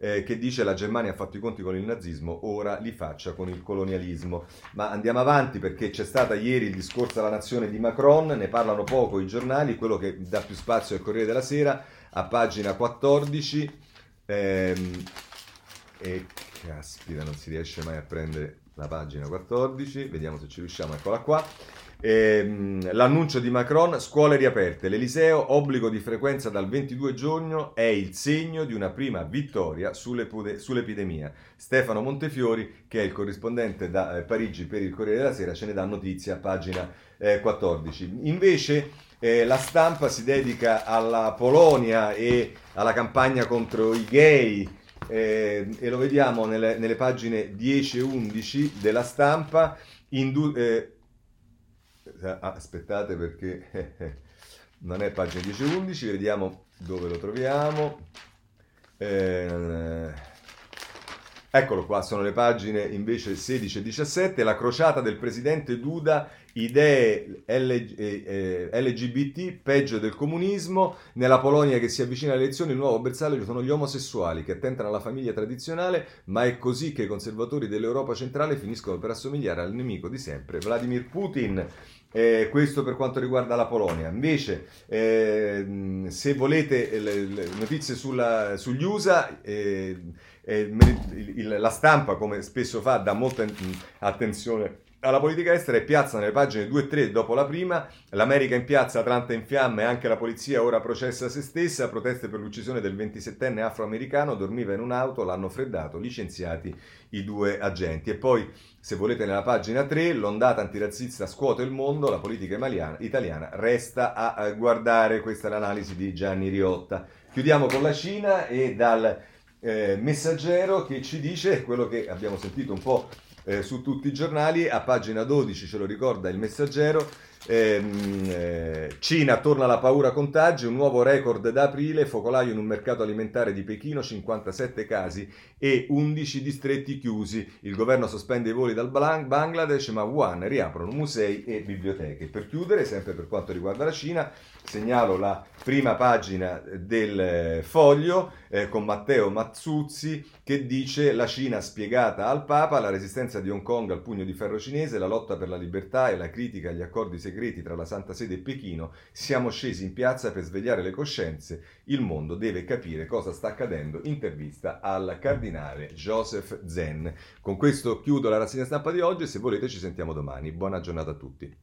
eh, che dice la Germania ha fatto i conti con il nazismo, ora li faccia con il colonialismo. Ma andiamo avanti perché c'è stata ieri il discorso alla nazione di Macron, ne parlano poco i giornali, quello che dà più spazio è il Corriere della Sera, a pagina quattordici, ehm, e caspita non si riesce mai a prendere la pagina quattordici, vediamo se ci riusciamo, eccola qua. Ehm, l'annuncio di Macron, scuole riaperte, l'Eliseo, obbligo di frequenza dal ventidue giugno è il segno di una prima vittoria sull'epude- sull'epidemia. Stefano Montefiori, che è il corrispondente da eh, Parigi per il Corriere della Sera, ce ne dà notizia a pagina eh, quattordici. Invece eh, la stampa si dedica alla Polonia e alla campagna contro i gay, eh, e lo vediamo nelle, nelle pagine dieci e undici della stampa. Indu- eh, aspettate perché eh, eh, non è pagina dieci e undici, vediamo dove lo troviamo. Eh, eccolo qua, sono le pagine invece sedici e diciassette, la crociata del presidente Duda, idee L- eh, eh, L G B T, peggio del comunismo, nella Polonia che si avvicina alle elezioni il nuovo bersaglio sono gli omosessuali che attentano alla famiglia tradizionale, ma è così che i conservatori dell'Europa centrale finiscono per assomigliare al nemico di sempre, Vladimir Putin. Eh, questo per quanto riguarda la Polonia. Invece, eh, se volete le, le notizie sulla, sugli U S A, eh, eh, il, il, la stampa, come spesso fa, dà molta attenzione alla politica estera e piazza nelle pagine due e tre dopo la prima, l'America in piazza, Atlanta in fiamme, anche la polizia ora processa se stessa, proteste per l'uccisione del ventisettenne afroamericano, dormiva in un'auto, l'hanno freddato, licenziati i due agenti. E poi, se volete, nella pagina tre, l'ondata antirazzista scuote il mondo, la politica italiana resta a guardare. Questa è l'analisi di Gianni Riotta. Chiudiamo con la Cina e dal eh, Messaggero, che ci dice quello che abbiamo sentito un po' eh, su tutti i giornali. A pagina dodici ce lo ricorda il Messaggero. Ehm, eh, Cina, torna la paura contagi, un nuovo record da aprile, focolaio in un mercato alimentare di Pechino, cinquantasette casi e undici distretti chiusi, il governo sospende i voli dal Bangladesh, ma Wuhan riaprono musei e biblioteche. Per chiudere, sempre per quanto riguarda la Cina, segnalo la prima pagina del Foglio eh, con Matteo Mazzuzzi che dice: la Cina spiegata al Papa, la resistenza di Hong Kong al pugno di ferro cinese, la lotta per la libertà e la critica agli accordi segreti tra la Santa Sede e Pechino, siamo scesi in piazza per svegliare le coscienze, il mondo deve capire cosa sta accadendo. Intervista al cardinale Joseph Zen. Con questo chiudo la rassegna stampa di oggi e se volete ci sentiamo domani. Buona giornata a tutti.